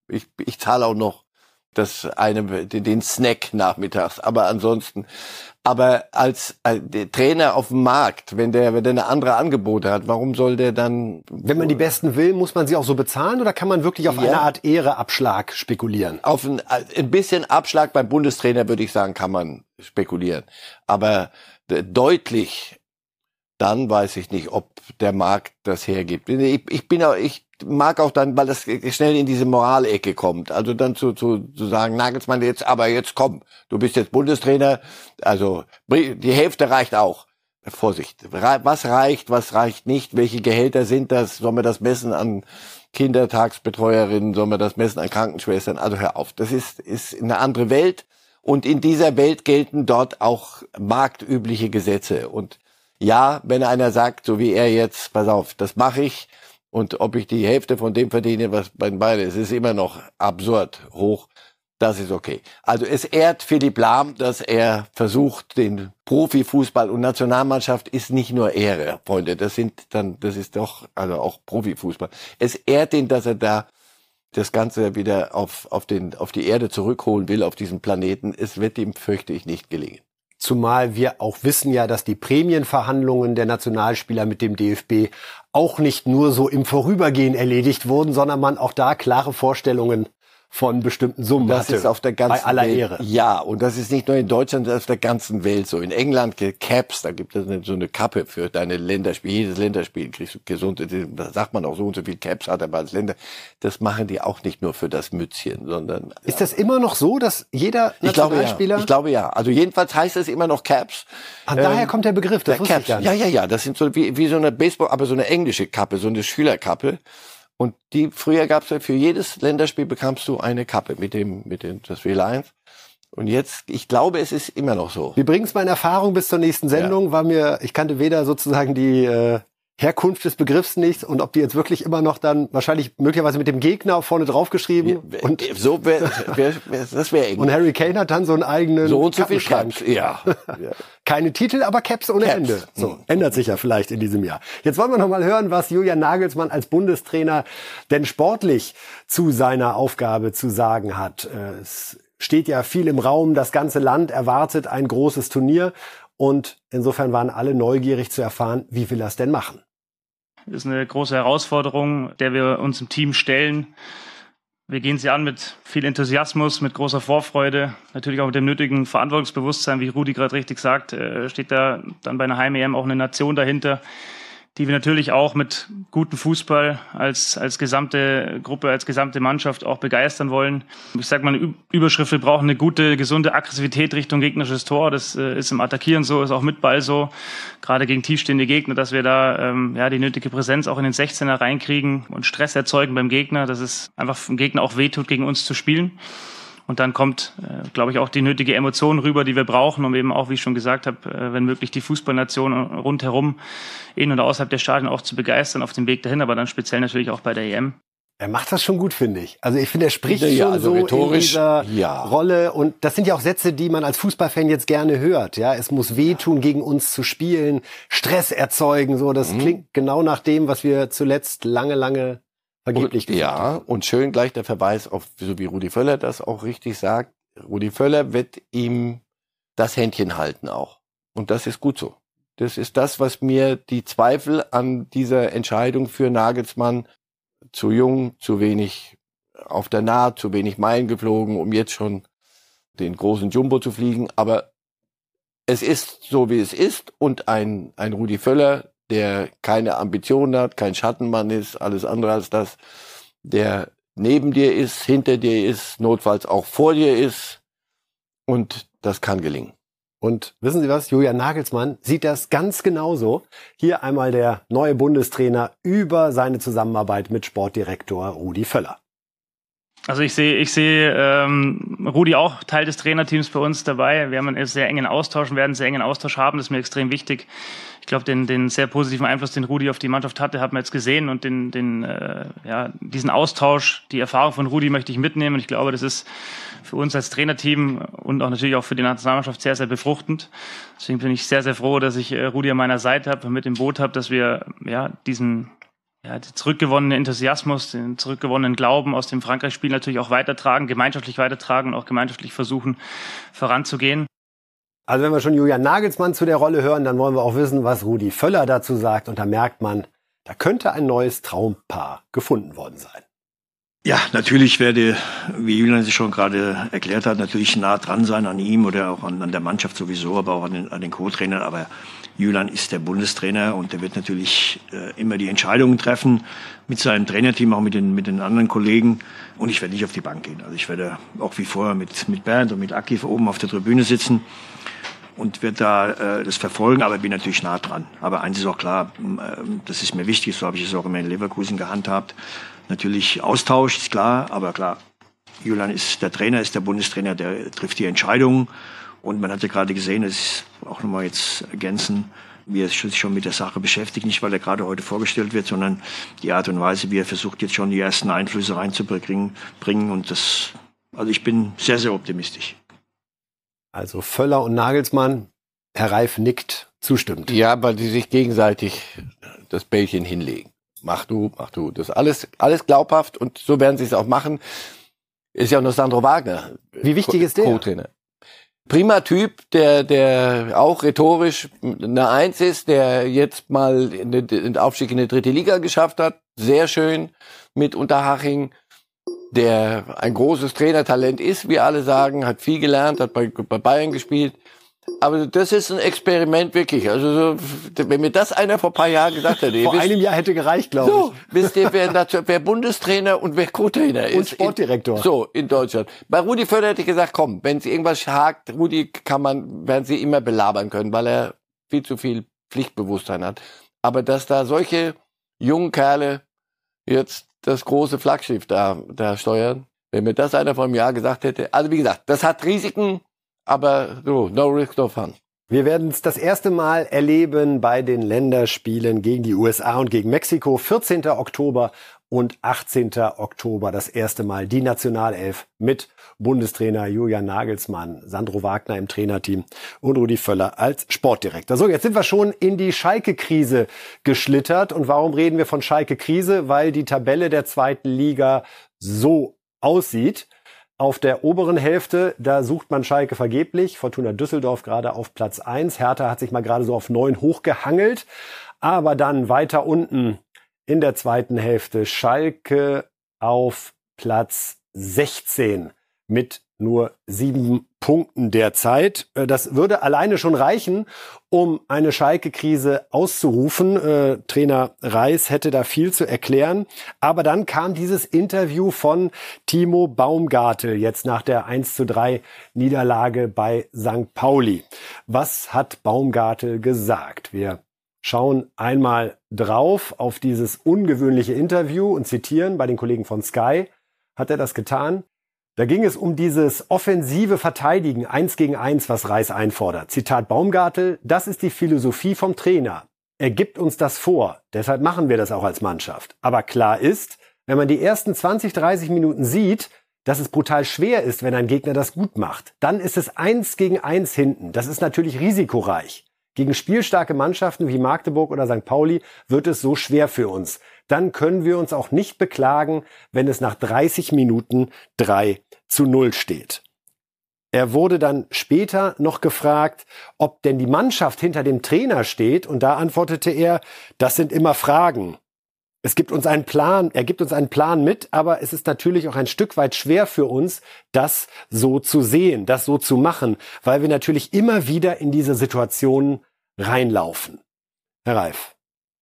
Ich, ich zahle auch noch das eine, den Snack nachmittags. Aber ansonsten, aber als, als der Trainer auf dem Markt, wenn der, wenn der eine andere Angebote hat, warum soll der dann? Wenn man die Besten will, muss man sie auch so bezahlen oder kann man wirklich auf ja. eine Art Ehreabschlag spekulieren? Auf ein, ein bisschen Abschlag beim Bundestrainer, würde ich sagen, kann man spekulieren. Aber deutlich, dann weiß ich nicht, ob der Markt das hergibt. Ich, ich bin auch, ich mag auch dann, weil das schnell in diese Moralecke kommt. Also dann zu, zu, zu sagen, Nagelsmann, jetzt, aber jetzt komm, du bist jetzt Bundestrainer, also die Hälfte reicht auch. Vorsicht, was reicht, was reicht nicht, welche Gehälter sind das, soll man das messen an Kindertagsbetreuerinnen, soll man das messen an Krankenschwestern, also hör auf, das ist, ist eine andere Welt und in dieser Welt gelten dort auch marktübliche Gesetze und ja, wenn einer sagt, so wie er jetzt, pass auf, das mache ich, und ob ich die Hälfte von dem verdiene, was bei den beiden ist, ist immer noch absurd hoch. Das ist okay. Also es ehrt Philipp Lahm, dass er versucht, den Profifußball und Nationalmannschaft ist nicht nur Ehre, Freunde. Das sind dann, das ist doch, also auch Profifußball. Es ehrt ihn, dass er da das Ganze wieder auf, auf den, auf die Erde zurückholen will, auf diesen Planeten. Es wird ihm, fürchte ich, nicht gelingen. Zumal wir auch wissen ja, dass die Prämienverhandlungen der Nationalspieler mit dem D F B auch nicht nur so im Vorübergehen erledigt wurden, sondern man auch da klare Vorstellungen von bestimmten Summen das hatte. Ist auf der ganzen bei aller Welt. Ehre. Ja, und das ist nicht nur in Deutschland, das ist auf der ganzen Welt so. In England Caps, da gibt es so eine Kappe für deine Länderspiele. Jedes Länderspiel kriegst du gesund, da sagt man auch so und so viel Caps hat er als Länder. Das machen die auch nicht nur für das Mützchen, sondern... Ist das immer noch so, dass jeder Nationalspieler... Ich glaube ja, ich glaube ja. Also jedenfalls heißt es immer noch Caps. Ah, daher ähm, kommt der Begriff, das wusste ich gar nicht. Ja, ja, ja, das sind so wie, wie so eine Baseball, aber so eine englische Kappe, so eine Schülerkappe. Und die, früher gab's ja für jedes Länderspiel bekamst du eine Kappe mit dem, mit dem, das Wähler eins. Und jetzt, ich glaube, es ist immer noch so. Wir bringen es mal in Erfahrung bis zur nächsten Sendung, ja. War mir, ich kannte weder sozusagen die, äh, Herkunft des Begriffs nicht und ob die jetzt wirklich immer noch dann wahrscheinlich möglicherweise mit dem Gegner vorne draufgeschrieben ja, und so wär, wär, wär, das wäre eng. Und Harry Kane hat dann so einen eigenen so und so viel Caps, ja. Keine Titel, aber Caps ohne Caps. Ende. So mhm. Ändert sich ja vielleicht in diesem Jahr. Jetzt wollen wir noch mal hören, was Julian Nagelsmann als Bundestrainer denn sportlich zu seiner Aufgabe zu sagen hat. Es steht ja viel im Raum, das ganze Land erwartet ein großes Turnier. Und insofern waren alle neugierig zu erfahren, wie will er es denn machen? Das ist eine große Herausforderung, der wir uns im Team stellen. Wir gehen sie an mit viel Enthusiasmus, mit großer Vorfreude, natürlich auch mit dem nötigen Verantwortungsbewusstsein, wie Rudi gerade richtig sagt, steht da dann bei einer Heim-E M auch eine Nation dahinter, die wir natürlich auch mit gutem Fußball als als gesamte Gruppe, als gesamte Mannschaft auch begeistern wollen. Ich sage mal eine Überschrift, wir brauchen eine gute, gesunde Aggressivität Richtung gegnerisches Tor. Das äh, ist im Attackieren so, ist auch mit Ball so, gerade gegen tiefstehende Gegner, dass wir da ähm, ja die nötige Präsenz auch in den sechzehner reinkriegen und Stress erzeugen beim Gegner, dass es einfach dem Gegner auch wehtut, gegen uns zu spielen. Und dann kommt, äh, glaube ich, auch die nötige Emotion rüber, die wir brauchen, um eben auch, wie ich schon gesagt habe, äh, wenn möglich die Fußballnation rundherum, in und außerhalb der Stadien auch zu begeistern auf dem Weg dahin, aber dann speziell natürlich auch bei der E M. Er macht das schon gut, finde ich. Also ich finde, er spricht ja, schon also so rhetorisch, in dieser ja. Rolle. Und das sind ja auch Sätze, die man als Fußballfan jetzt gerne hört. Ja, es muss wehtun, gegen uns zu spielen, Stress erzeugen. So, das mhm. klingt genau nach dem, was wir zuletzt lange, lange vergeblich und, ja, haben. Und schön gleich der Verweis auf, so wie Rudi Völler das auch richtig sagt. Rudi Völler wird ihm das Händchen halten auch. Und das ist gut so. Das ist das, was mir die Zweifel an dieser Entscheidung für Nagelsmann, zu jung, zu wenig auf der Naht, zu wenig Meilen geflogen, um jetzt schon den großen Jumbo zu fliegen. Aber es ist so, wie es ist. Und ein, ein Rudi Völler, der keine Ambitionen hat, kein Schattenmann ist, alles andere als das, der neben dir ist, hinter dir ist, notfalls auch vor dir ist. Und das kann gelingen. Und wissen Sie was? Julian Nagelsmann sieht das ganz genauso. Hier einmal der neue Bundestrainer über seine Zusammenarbeit mit Sportdirektor Rudi Völler. Also ich sehe, ich sehe ähm, Rudi auch Teil des Trainerteams bei uns dabei. Wir haben einen sehr engen Austausch und werden einen sehr engen Austausch haben. Das ist mir extrem wichtig. Ich glaube, den, den sehr positiven Einfluss, den Rudi auf die Mannschaft hatte, hat man jetzt gesehen. Und den, den, äh, ja, diesen Austausch, die Erfahrung von Rudi möchte ich mitnehmen. Und ich glaube, das ist für uns als Trainerteam und auch natürlich auch für die Nationalmannschaft sehr, sehr befruchtend. Deswegen bin ich sehr, sehr froh, dass ich äh, Rudi an meiner Seite habe und mit im Boot habe, dass wir ja diesen ja, den zurückgewonnenen Enthusiasmus, den zurückgewonnenen Glauben aus dem Frankreich-Spiel natürlich auch weitertragen, gemeinschaftlich weitertragen und auch gemeinschaftlich versuchen, voranzugehen. Also wenn wir schon Julian Nagelsmann zu der Rolle hören, dann wollen wir auch wissen, was Rudi Völler dazu sagt. Und da merkt man, da könnte ein neues Traumpaar gefunden worden sein. Ja, natürlich werde, wie Julian sich schon gerade erklärt hat, natürlich nah dran sein an ihm oder auch an, an der Mannschaft sowieso, aber auch an den, an den Co-Trainern. Aber Julian ist der Bundestrainer und der wird natürlich äh, immer die Entscheidungen treffen mit seinem Trainerteam, auch mit den, mit den anderen Kollegen. Und ich werde nicht auf die Bank gehen. Also ich werde auch wie vorher mit, mit Bernd und mit Aki oben auf der Tribüne sitzen und werde da äh, das verfolgen, aber bin natürlich nah dran. Aber eins ist auch klar, äh, das ist mir wichtig, so habe ich es auch immer in Leverkusen gehandhabt. Natürlich Austausch, ist klar, aber klar, Julian ist der Trainer, ist der Bundestrainer, der trifft die Entscheidungen. Und man hat ja gerade gesehen, das ist auch nochmal jetzt ergänzen, wie er sich schon mit der Sache beschäftigt, nicht weil er gerade heute vorgestellt wird, sondern die Art und Weise, wie er versucht, jetzt schon die ersten Einflüsse reinzubringen. Und das, also ich bin sehr, sehr optimistisch. Also Völler und Nagelsmann, Herr Reif nickt zustimmend. Ja, weil die sich gegenseitig das Bällchen hinlegen. Mach du, mach du. Das ist alles, alles glaubhaft und so werden sie es auch machen. Ist ja auch noch Sandro Wagner. Wie wichtig ist der? Co-Trainer. Prima Typ, der, der auch rhetorisch eine Eins ist, der jetzt mal den Aufstieg in die dritte Liga geschafft hat. Sehr schön mit Unterhaching. Der ein großes Trainertalent ist, wie alle sagen, hat viel gelernt, hat bei, bei Bayern gespielt. Aber das ist ein Experiment wirklich. Also so, wenn mir das einer vor ein paar Jahren gesagt hätte. Vor wisst, einem Jahr hätte gereicht, glaube so, ich. Wisst ihr, wer, wer Bundestrainer und wer Co-Trainer ist? Und Sportdirektor. In, so, in Deutschland. Bei Rudi Völler hätte ich gesagt, komm, wenn es irgendwas hakt, Rudi kann man, werden sie immer belabern können, weil er viel zu viel Pflichtbewusstsein hat. Aber dass da solche jungen Kerle jetzt das große Flaggschiff da, da steuern, wenn mir das einer vor einem Jahr gesagt hätte. Also wie gesagt, das hat Risiken, aber so, no risk, no fun. Wir werden es das erste Mal erleben bei den Länderspielen gegen die U S A und gegen Mexiko. vierzehnten Oktober und achtzehnten Oktober das erste Mal die Nationalelf mit Bundestrainer Julian Nagelsmann, Sandro Wagner im Trainerteam und Rudi Völler als Sportdirektor. So, jetzt sind wir schon in die Schalke-Krise geschlittert. Und warum reden wir von Schalke-Krise? Weil die Tabelle der zweiten Liga so aussieht. Auf der oberen Hälfte, da sucht man Schalke vergeblich. Fortuna Düsseldorf gerade auf Platz eins. Hertha hat sich mal gerade so auf neun hochgehangelt. Aber dann weiter unten in der zweiten Hälfte Schalke auf Platz sechzehn mit nur sieben Punkten derzeit. Das würde alleine schon reichen, um eine Schalke-Krise auszurufen. Äh, Trainer Reis hätte da viel zu erklären. Aber dann kam dieses Interview von Timo Baumgartel jetzt nach der eins zu drei Niederlage bei Sankt Pauli. Was hat Baumgartel gesagt? Wir schauen einmal drauf auf dieses ungewöhnliche Interview und zitieren bei den Kollegen von Sky. Hat er das getan? Da ging es um dieses offensive Verteidigen, eins gegen eins, was Reis einfordert. Zitat Baumgartel, das ist die Philosophie vom Trainer. Er gibt uns das vor, deshalb machen wir das auch als Mannschaft. Aber klar ist, wenn man die ersten zwanzig, dreißig Minuten sieht, dass es brutal schwer ist, wenn ein Gegner das gut macht. Dann ist es eins gegen eins hinten. Das ist natürlich risikoreich. Gegen spielstarke Mannschaften wie Magdeburg oder Sankt Pauli wird es so schwer für uns. Dann können wir uns auch nicht beklagen, wenn es nach dreißig Minuten drei zu null steht. Er wurde dann später noch gefragt, ob denn die Mannschaft hinter dem Trainer steht, und da antwortete er, das sind immer Fragen. Es gibt uns einen Plan, er gibt uns einen Plan mit, aber es ist natürlich auch ein Stück weit schwer für uns, das so zu sehen, das so zu machen, weil wir natürlich immer wieder in diese Situationen reinlaufen. Herr Reif.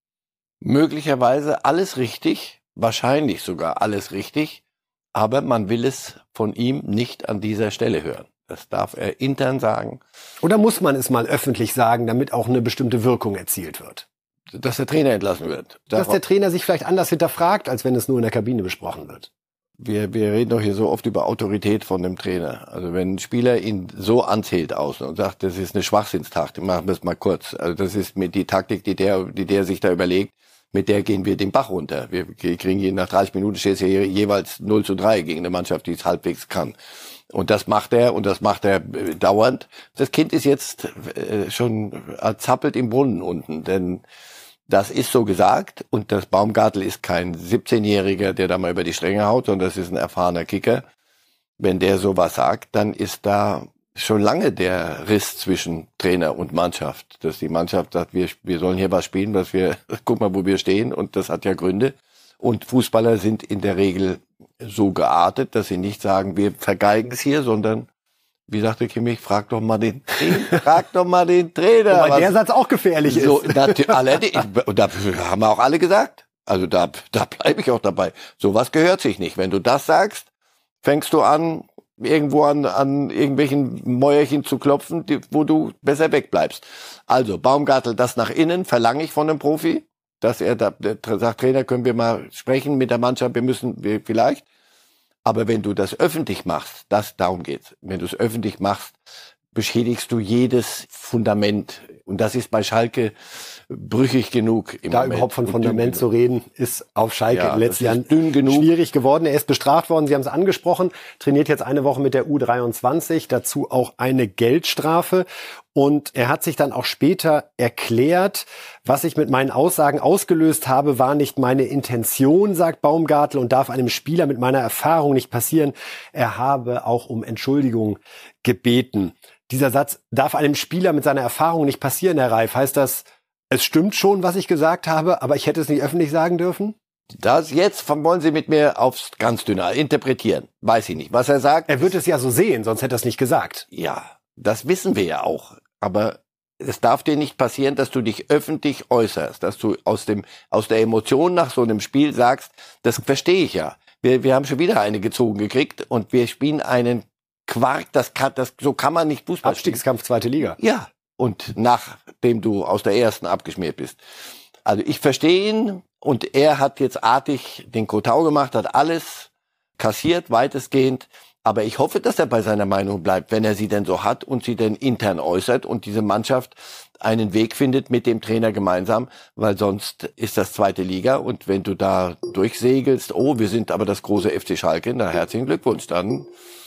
Möglicherweise alles richtig, wahrscheinlich sogar alles richtig, aber man will es von ihm nicht an dieser Stelle hören. Das darf er intern sagen. Oder muss man es mal öffentlich sagen, damit auch eine bestimmte Wirkung erzielt wird? Dass der Trainer entlassen wird. Dass der Trainer sich vielleicht anders hinterfragt, als wenn es nur in der Kabine besprochen wird. Wir, wir reden doch hier so oft über Autorität von dem Trainer. Also wenn ein Spieler ihn so anzählt außen und sagt, das ist eine Schwachsinnstaktik, machen wir es mal kurz. Also das ist mit die Taktik, die der, die der sich da überlegt, mit der gehen wir den Bach runter. Wir kriegen hier nach dreißig Minuten steht es hier jeweils null zu drei gegen eine Mannschaft, die es halbwegs kann. Und das macht er, und das macht er äh, dauernd. Das Kind ist jetzt äh, schon äh, zappelt im Brunnen unten, denn Das ist so gesagt und das Baumgartel ist kein siebzehnjähriger, der da mal über die Stränge haut, sondern das ist ein erfahrener Kicker. Wenn der sowas sagt, dann ist da schon lange der Riss zwischen Trainer und Mannschaft. Dass die Mannschaft sagt, wir, wir sollen hier was spielen, was wir, guck mal, wo wir stehen und das hat ja Gründe. Und Fußballer sind in der Regel so geartet, dass sie nicht sagen, wir vergeigen es hier, sondern wie sagte Kimmich, frag doch mal den Trainer. Frag doch mal den Trainer. Wobei der Satz auch gefährlich so, ist. Allerdings, und da haben wir auch alle gesagt. Also da, da bleibe ich auch dabei. Sowas gehört sich nicht. Wenn du das sagst, fängst du an, irgendwo an, an irgendwelchen Mäuerchen zu klopfen, die, wo du besser wegbleibst. Also Baumgartel, das nach innen verlange ich von einem Profi, dass er da, der sagt, Trainer, können wir mal sprechen mit der Mannschaft, wir müssen, wir vielleicht. Aber wenn du das öffentlich machst, das darum geht's. Wenn du es öffentlich machst, beschädigst du jedes Fundament. Und das ist bei Schalke brüchig genug im Da Moment. überhaupt von Und Fundament zu reden, ist auf Schalke Ja, im letzten das Jahr ist dünn genug. schwierig geworden. Er ist bestraft worden, Sie haben es angesprochen, trainiert jetzt eine Woche mit der U dreiundzwanzig, dazu auch eine Geldstrafe. Und er hat sich dann auch später erklärt, was ich mit meinen Aussagen ausgelöst habe, war nicht meine Intention, sagt Baumgartel, und darf einem Spieler mit meiner Erfahrung nicht passieren. Er habe auch um Entschuldigung gebeten. Dieser Satz darf einem Spieler mit seiner Erfahrung nicht passieren, Herr Reif. Heißt das, es stimmt schon, was ich gesagt habe, aber ich hätte es nicht öffentlich sagen dürfen? Das jetzt wollen Sie mit mir aufs ganz dünne interpretieren. Weiß ich nicht, was er sagt. Er wird es ja so sehen, sonst hätte er es nicht gesagt. Ja, das wissen wir ja auch. Aber es darf dir nicht passieren, dass du dich öffentlich äußerst, dass du aus dem aus der Emotion nach so einem Spiel sagst, das verstehe ich ja. Wir, wir haben schon wieder eine gezogen gekriegt und wir spielen einen Quark, das kann, das, so kann man nicht Fußball spielen. Abstiegskampf zweite Liga. Ja, und nachdem du aus der ersten abgeschmiert bist. Also ich verstehe ihn und er hat jetzt artig den Kotau gemacht, hat alles kassiert, weitestgehend. Aber ich hoffe, dass er bei seiner Meinung bleibt, wenn er sie denn so hat und sie denn intern äußert und diese Mannschaft einen Weg findet mit dem Trainer gemeinsam, weil sonst ist das zweite Liga und wenn du da durchsegelst, oh, wir sind aber das große F C Schalke, na herzlichen Glückwunsch, dann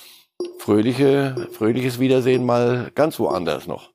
fröhliche, fröhliches Wiedersehen mal ganz woanders noch.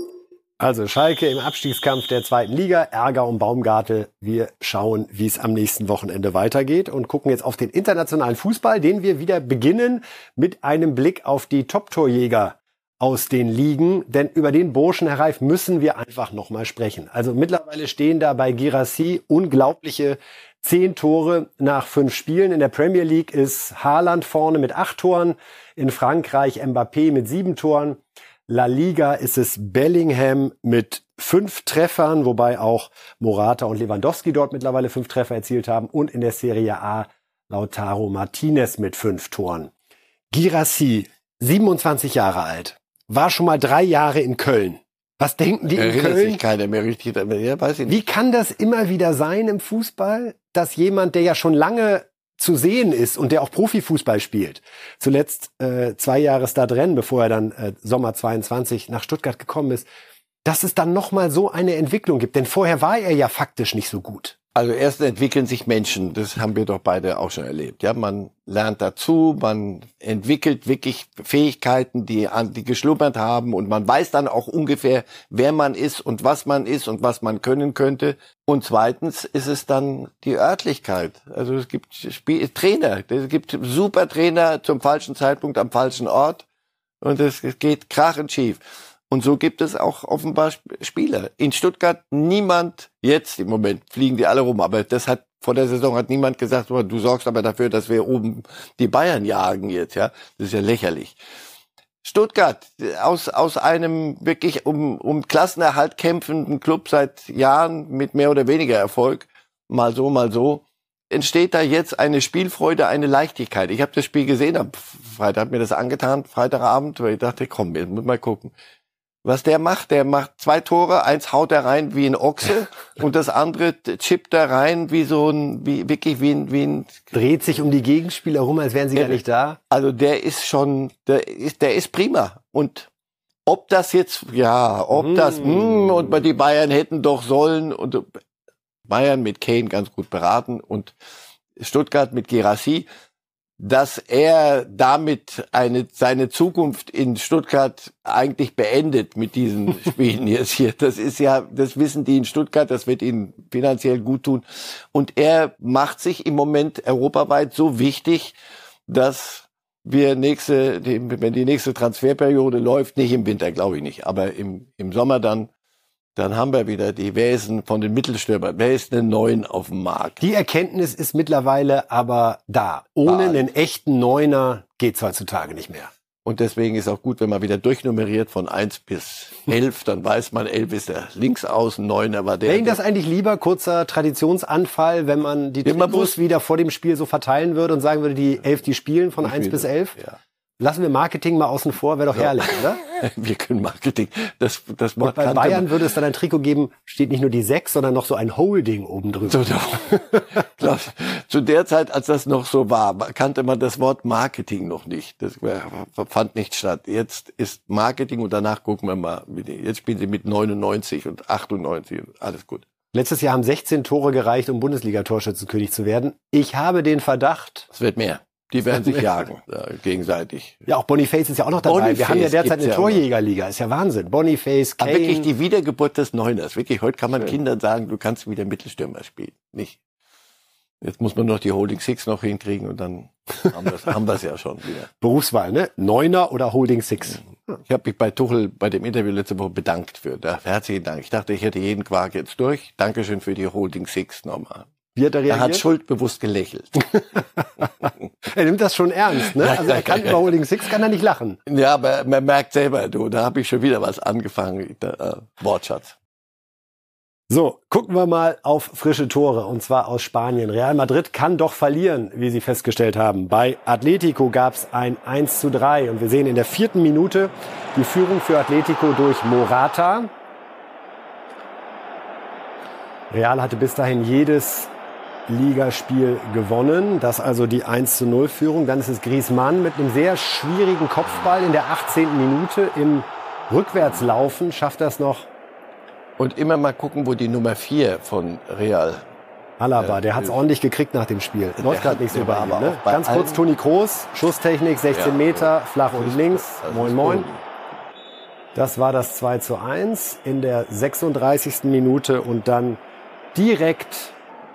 Also Schalke im Abstiegskampf der zweiten Liga, Ärger um Baumgartel. Wir schauen, wie es am nächsten Wochenende weitergeht und gucken jetzt auf den internationalen Fußball, den wir wieder beginnen mit einem Blick auf die Top-Torjäger aus den Ligen. Denn über den Burschen, Herr Reif, müssen wir einfach nochmal sprechen. Also mittlerweile stehen da bei Guirassy unglaubliche zehn Tore nach fünf Spielen. In der Premier League ist Haaland vorne mit acht Toren, in Frankreich Mbappé mit sieben Toren. La Liga ist es Bellingham mit fünf Treffern, wobei auch Morata und Lewandowski dort mittlerweile fünf Treffer erzielt haben. Und in der Serie A Lautaro Martinez mit fünf Toren. Guirassy, siebenundzwanzig Jahre alt, war schon mal drei Jahre in Köln. Was denken die in Erinnert Köln? sich keiner mehr richtig, ja, weiß ich nicht. Wie kann das immer wieder sein im Fußball, dass jemand, der ja schon lange zu sehen ist und der auch Profifußball spielt, zuletzt äh, zwei Jahre Stade, bevor er dann äh, Sommer zweiundzwanzig nach Stuttgart gekommen ist, dass es dann nochmal so eine Entwicklung gibt. Denn vorher war er ja faktisch nicht so gut. Also erst entwickeln sich Menschen, das haben wir doch beide auch schon erlebt. Ja, man lernt dazu, man entwickelt wirklich Fähigkeiten, die an die geschlummert haben und man weiß dann auch ungefähr, wer man ist und was man ist und was man können könnte. Und zweitens ist es dann die Örtlichkeit. Also es gibt Spiel Trainer, es gibt super Trainer zum falschen Zeitpunkt am falschen Ort und es geht krachend schief. Und so gibt es auch offenbar Spieler. In Stuttgart niemand, jetzt im Moment fliegen die alle rum, aber das hat vor der Saison hat niemand gesagt, du sorgst aber dafür, dass wir oben die Bayern jagen jetzt, ja. Das ist ja lächerlich. Stuttgart, aus, aus einem wirklich um, um Klassenerhalt kämpfenden Club seit Jahren mit mehr oder weniger Erfolg, mal so, mal so, entsteht da jetzt eine Spielfreude, eine Leichtigkeit. Ich habe das Spiel gesehen am Freitag, habe mir das angetan, Freitagabend, weil ich dachte, komm, jetzt muss mal gucken. Was der macht, der macht zwei Tore, eins haut er rein wie ein Ochse und das andere chippt er rein wie so ein, wie, wirklich wie ein, wie ein... Dreht sich um die Gegenspieler rum, als wären sie gar nicht da. Also der ist schon, der ist, der ist prima. Und ob das jetzt, ja, ob mm. das, mh, und die Bayern hätten doch sollen und Bayern mit Kane ganz gut beraten und Stuttgart mit Guirassy. dass er damit eine, seine Zukunft in Stuttgart eigentlich beendet mit diesen Spielen jetzt hier. Das ist ja, das wissen die in Stuttgart, das wird ihnen finanziell gut tun. Und er macht sich im Moment europaweit so wichtig, dass wir nächste, wenn die nächste Transferperiode läuft, nicht im Winter, glaube ich nicht, aber im, im Sommer dann, dann haben wir wieder die Wesen von den Mittelstürmern. Wer ist denn Neun auf dem Markt? Die Erkenntnis ist mittlerweile aber da. Ohne Bald. einen echten Neuner geht's heutzutage nicht mehr. Und deswegen ist auch gut, wenn man wieder durchnummeriert von eins bis elf, dann weiß man, elf ist der Linksaußen, Neuner war der. Wäre Ihnen das eigentlich lieber, kurzer Traditionsanfall, wenn man die Immer Trikots wieder vor dem Spiel so verteilen würde und sagen würde, die elf, die spielen von eins bis elf? Ja. Lassen wir Marketing mal außen vor, wäre doch herrlich, oder? Wir können Marketing. Das, das Und bei Bayern würde es dann ein Trikot geben, steht nicht nur die sechs, sondern noch so ein Holding oben drüber. So, so. Zu der Zeit, als das noch so war, kannte man das Wort Marketing noch nicht. Das fand nicht statt. Jetzt ist Marketing und danach gucken wir mal. Jetzt spielen sie mit neunundneunzig und achtundneunzig. Alles gut. Letztes Jahr haben sechzehn Tore gereicht, um Bundesliga-Torschützenkönig zu werden. Ich habe den Verdacht... Es wird mehr. Die werden sich jagen, äh, gegenseitig. Ja, auch Boniface ist ja auch noch dabei. Boniface Wir haben ja derzeit eine ja Torjägerliga. Ist ja Wahnsinn. Boniface, Kane. Aber wirklich die Wiedergeburt des Neuners. Wirklich, heute kann man Schön. Kindern sagen, du kannst wieder Mittelstürmer spielen. Nicht. Jetzt muss man noch die Holding Six noch hinkriegen und dann haben wir es haben wir's ja schon wieder. Berufswahl, ne? Neuner oder Holding Six. Ich habe mich bei Tuchel bei dem Interview letzte Woche bedankt für. Da, herzlichen Dank. Ich dachte, ich hätte jeden Quark jetzt durch. Dankeschön für die Holding Six nochmal. Wie hat er reagiert? Er hat schuldbewusst gelächelt. Er nimmt das schon ernst, ne? Also er kann über Holding Six, kann er nicht lachen. Ja, aber man merkt selber, du, da habe ich schon wieder was angefangen. Da, äh, Wortschatz. So, gucken wir mal auf frische Tore, und zwar aus Spanien. Real Madrid kann doch verlieren, wie Sie festgestellt haben. Bei Atletico gab's ein eins zu drei und wir sehen in der vierten Minute die Führung für Atletico durch Morata. Real hatte bis dahin jedes Ligaspiel gewonnen. Das also die eins zu null Führung. Dann ist es Griezmann mit einem sehr schwierigen Kopfball in der achtzehnten Minute im Rückwärtslaufen. Schafft das noch? Und immer mal gucken, wo die Nummer vier von Real. Alaba, äh, der hat's ordentlich gekriegt nach dem Spiel. Läuft gerade nicht so bei ihm, ne? bei Ganz kurz Toni Kroos, Schusstechnik, sechzehn ja, Meter, flach und links. Moin, moin. Das war das zwei zu eins in der sechsunddreißigsten Minute und dann direkt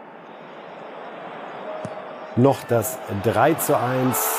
noch das drei zu eins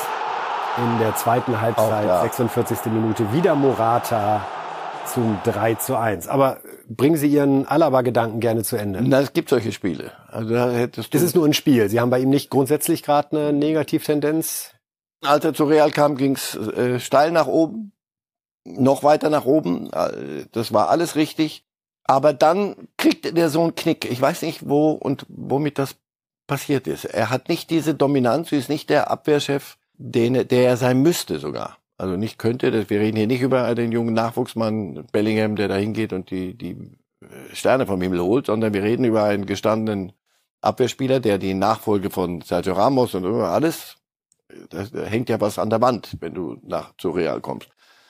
in der zweiten Halbzeit, ja. sechsundvierzigste Minute. Wieder Morata zum drei zu eins. Aber bringen Sie Ihren Alaba-Gedanken gerne zu Ende. Na, es gibt solche Spiele. Also da hättest du. Das ist nur ein Spiel. Sie haben bei ihm nicht grundsätzlich gerade eine Negativtendenz? Als er zu Real kam, ging's äh, steil nach oben, noch weiter nach oben. Das war alles richtig. Aber dann kriegt der so einen Knick. Ich weiß nicht, wo und womit das passiert ist. Er hat nicht diese Dominanz, ist nicht der Abwehrchef, den, der er sein müsste sogar. Also nicht könnte, wir reden hier nicht über den jungen Nachwuchsmann Bellingham, der da hingeht und die, die Sterne vom Himmel holt, sondern wir reden über einen gestandenen Abwehrspieler, der die Nachfolge von Sergio Ramos und alles, da hängt ja was an der Wand, wenn du nach zu Real kommst.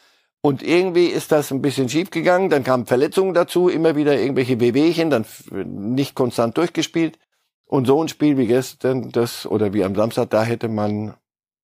Und irgendwie ist das ein bisschen schief gegangen, dann kamen Verletzungen dazu, immer wieder irgendwelche Wehwehchen, dann nicht konstant durchgespielt. Und so ein Spiel wie gestern, das, oder wie am Samstag, da hätte man,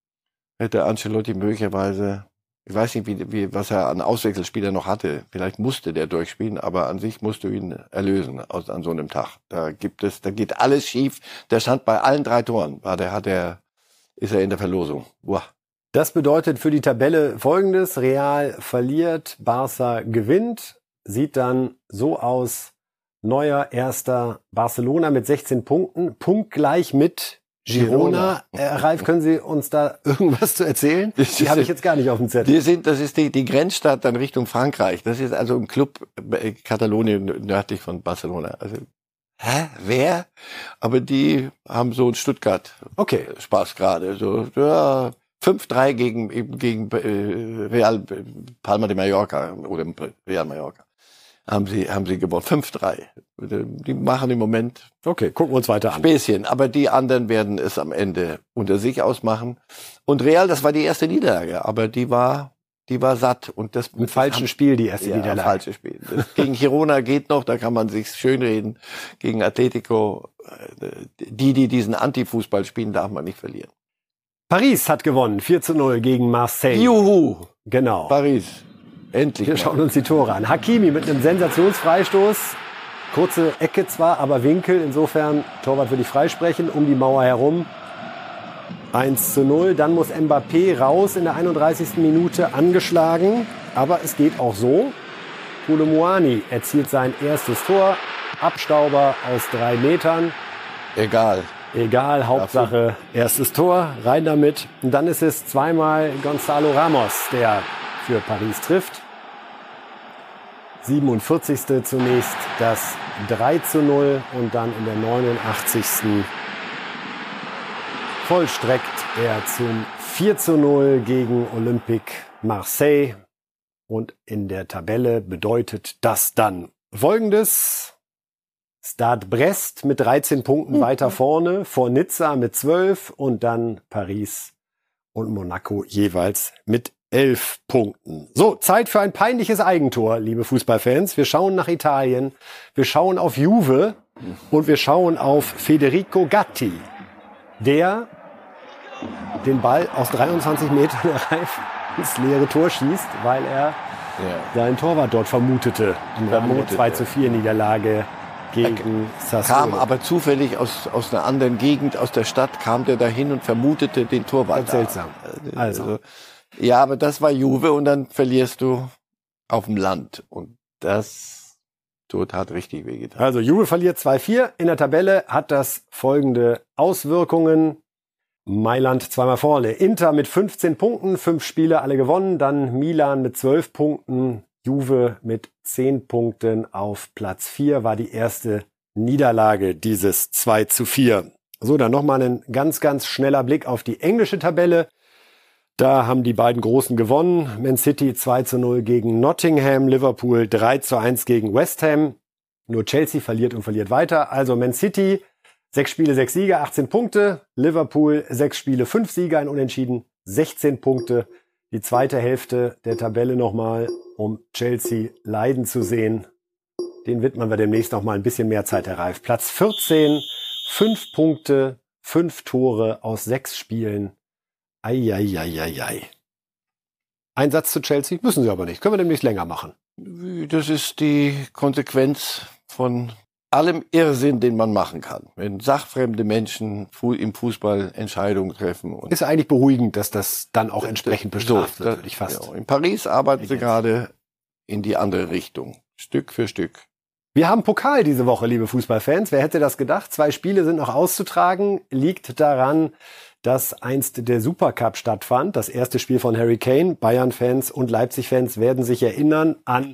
hätte Ancelotti möglicherweise, ich weiß nicht, wie, wie, was er an Auswechselspielern noch hatte. Vielleicht musste der durchspielen, aber an sich musst du ihn erlösen aus, an so einem Tag. Da gibt es, da geht alles schief. Der stand bei allen drei Toren, war der, hat er, ist er in der Verlosung. Boah. Das bedeutet für die Tabelle Folgendes. Real verliert, Barca gewinnt, sieht dann so aus. Neuer erster Barcelona mit sechzehn Punkten, punktgleich mit Girona. Girona. Äh, Ralf, können Sie uns da irgendwas zu erzählen? Die habe ich jetzt gar nicht auf dem Zettel. Die sind, das ist die, die Grenzstadt dann Richtung Frankreich. Das ist also ein Club, äh, Katalonien nördlich von Barcelona. Also, hä, wer? Aber die haben so in Stuttgart okay. Spaß gerade. So, ja, fünf drei gegen, gegen äh, Real Palma de Mallorca oder Real Mallorca. haben sie, haben sie gewonnen. fünf drei. Die machen im Moment okay, gucken wir uns weiter an. Späßchen. Aber die anderen werden es am Ende unter sich ausmachen. Und Real, das war die erste Niederlage. Aber die war, die war satt. Und das mit falschem Spiel, die erste ja, Niederlage. falsches Spiel. Das gegen Girona geht noch, da kann man sich schönreden. Gegen Atletico, die, die diesen Anti-Fußball spielen, darf man nicht verlieren. Paris hat gewonnen, vier zu null gegen Marseille. Juhu! Genau. Paris. Endlich. Wir mal. schauen uns die Tore an. Hakimi mit einem Sensationsfreistoß. Kurze Ecke zwar, aber Winkel. Insofern, Torwart würde ich freisprechen, um die Mauer herum. eins zu null. Dann muss Mbappé raus in der einunddreißigsten Minute, angeschlagen. Aber es geht auch so. Koulibaly erzielt sein erstes Tor. Abstauber aus drei Metern. Egal. Egal, Hauptsache erstes Tor, rein damit. Und dann ist es zweimal Gonzalo Ramos, der für Paris trifft. siebenundvierzigste zunächst das drei zu null und dann in der neunundachtzigsten vollstreckt er zum vier zu null gegen Olympique Marseille. Und in der Tabelle bedeutet das dann Folgendes. Stade Brest mit dreizehn Punkten mhm. weiter vorne, vor Nizza mit zwölf und dann Paris und Monaco jeweils mit elf Punkten. So, Zeit für ein peinliches Eigentor, liebe Fußballfans. Wir schauen nach Italien, wir schauen auf Juve und wir schauen auf Federico Gatti, der den Ball aus dreiundzwanzig Metern erreicht, ins leere Tor schießt, weil er ja. seinen Torwart dort vermutete. Im Rahmen zwei zu vier Niederlage gegen Sassuolo. Kam aber zufällig aus, aus einer anderen Gegend, aus der Stadt, kam der dahin und vermutete den Torwart. Das ist seltsam. Also. also. Ja, aber das war Juve und dann verlierst du auf dem Land. Und das tut, hat richtig wehgetan. Also Juve verliert zwei vier. In der Tabelle hat das folgende Auswirkungen. Mailand zweimal vorne. Inter mit fünfzehn Punkten, fünf Spiele alle gewonnen. Dann Milan mit zwölf Punkten. Juve mit zehn Punkten auf Platz vier war die erste Niederlage dieses zwei zu vier. So, dann nochmal ein ganz, ganz schneller Blick auf die englische Tabelle. Da haben die beiden Großen gewonnen. Man City zwei zu null gegen Nottingham, Liverpool drei zu eins gegen West Ham. Nur Chelsea verliert und verliert weiter. Also Man City, sechs Spiele, sechs Siege, achtzehn Punkte. Liverpool, sechs Spiele, fünf Siege, ein Unentschieden, sechzehn Punkte. Die zweite Hälfte der Tabelle nochmal, um Chelsea leiden zu sehen. Den widmen wir demnächst noch mal ein bisschen mehr Zeit, Herr Reif. Platz vierzehn, fünf Punkte, fünf Tore aus sechs Spielen. Eieieiei. Ein Satz zu Chelsea? Müssen Sie aber nicht. Können wir demnächst länger machen. Das ist die Konsequenz von allem Irrsinn, den man machen kann. Wenn sachfremde Menschen im Fußball Entscheidungen treffen. Und ist eigentlich beruhigend, dass das dann auch entsprechend bestraft wird, würde ich fast. Ja, in Paris arbeiten sie gerade in die andere Richtung. Stück für Stück. Wir haben Pokal diese Woche, liebe Fußballfans. Wer hätte das gedacht? Zwei Spiele sind noch auszutragen. Liegt daran, dass einst der Supercup stattfand. Das erste Spiel von Harry Kane. Bayern-Fans und Leipzig-Fans werden sich erinnern an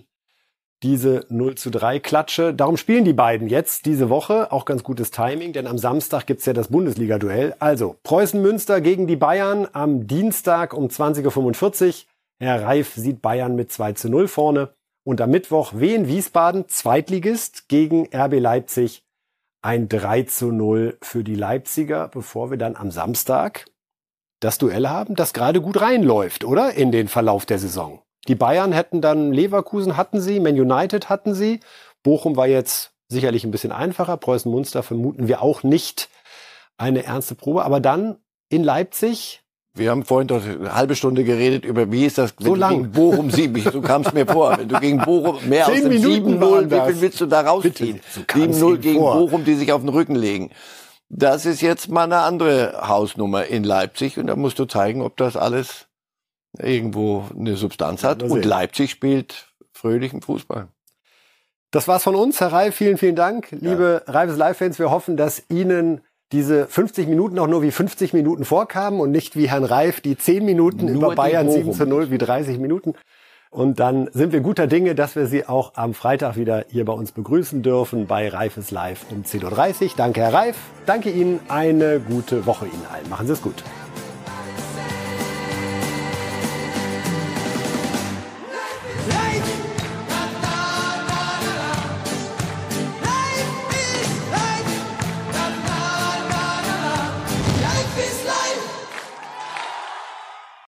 diese null zu drei Klatsche. Darum spielen die beiden jetzt diese Woche. Auch ganz gutes Timing, denn am Samstag gibt's ja das Bundesliga-Duell. Also Preußen-Münster gegen die Bayern am Dienstag um zwanzig Uhr fünfundvierzig. Herr Reif sieht Bayern mit zwei zu null vorne. Und am Mittwoch Wien Wiesbaden, Zweitligist gegen R B Leipzig. Ein drei zu null für die Leipziger, bevor wir dann am Samstag das Duell haben, das gerade gut reinläuft, oder? In den Verlauf der Saison. Die Bayern hätten dann Leverkusen, hatten sie, Man United hatten sie. Bochum war jetzt sicherlich ein bisschen einfacher. Preußen-Münster vermuten wir auch nicht eine ernste Probe. Aber dann in Leipzig. Wir haben vorhin doch eine halbe Stunde geredet über, wie ist das, wenn so du lang. gegen Bochum sieben, so kam es mir vor, wenn du gegen Bochum mehr aus dem sieben null, wie viel willst du da rausziehen? So sieben null gegen vor. Bochum, die sich auf den Rücken legen. Das ist jetzt mal eine andere Hausnummer in Leipzig und da musst du zeigen, ob das alles irgendwo eine Substanz hat. Und Leipzig spielt fröhlichen Fußball. Das war's von uns, Herr Reif. Vielen, vielen Dank. Liebe ja. Reifes Live-Fans, wir hoffen, dass Ihnen diese fünfzig Minuten auch nur wie fünfzig Minuten vorkamen und nicht wie Herrn Reif die zehn Minuten nur über Bayern sieben zu null wie dreißig Minuten. Und dann sind wir guter Dinge, dass wir Sie auch am Freitag wieder hier bei uns begrüßen dürfen bei Reifes Live um zehn Uhr dreißig. Danke, Herr Reif. Danke Ihnen. Eine gute Woche Ihnen allen. Machen Sie es gut. Life is life.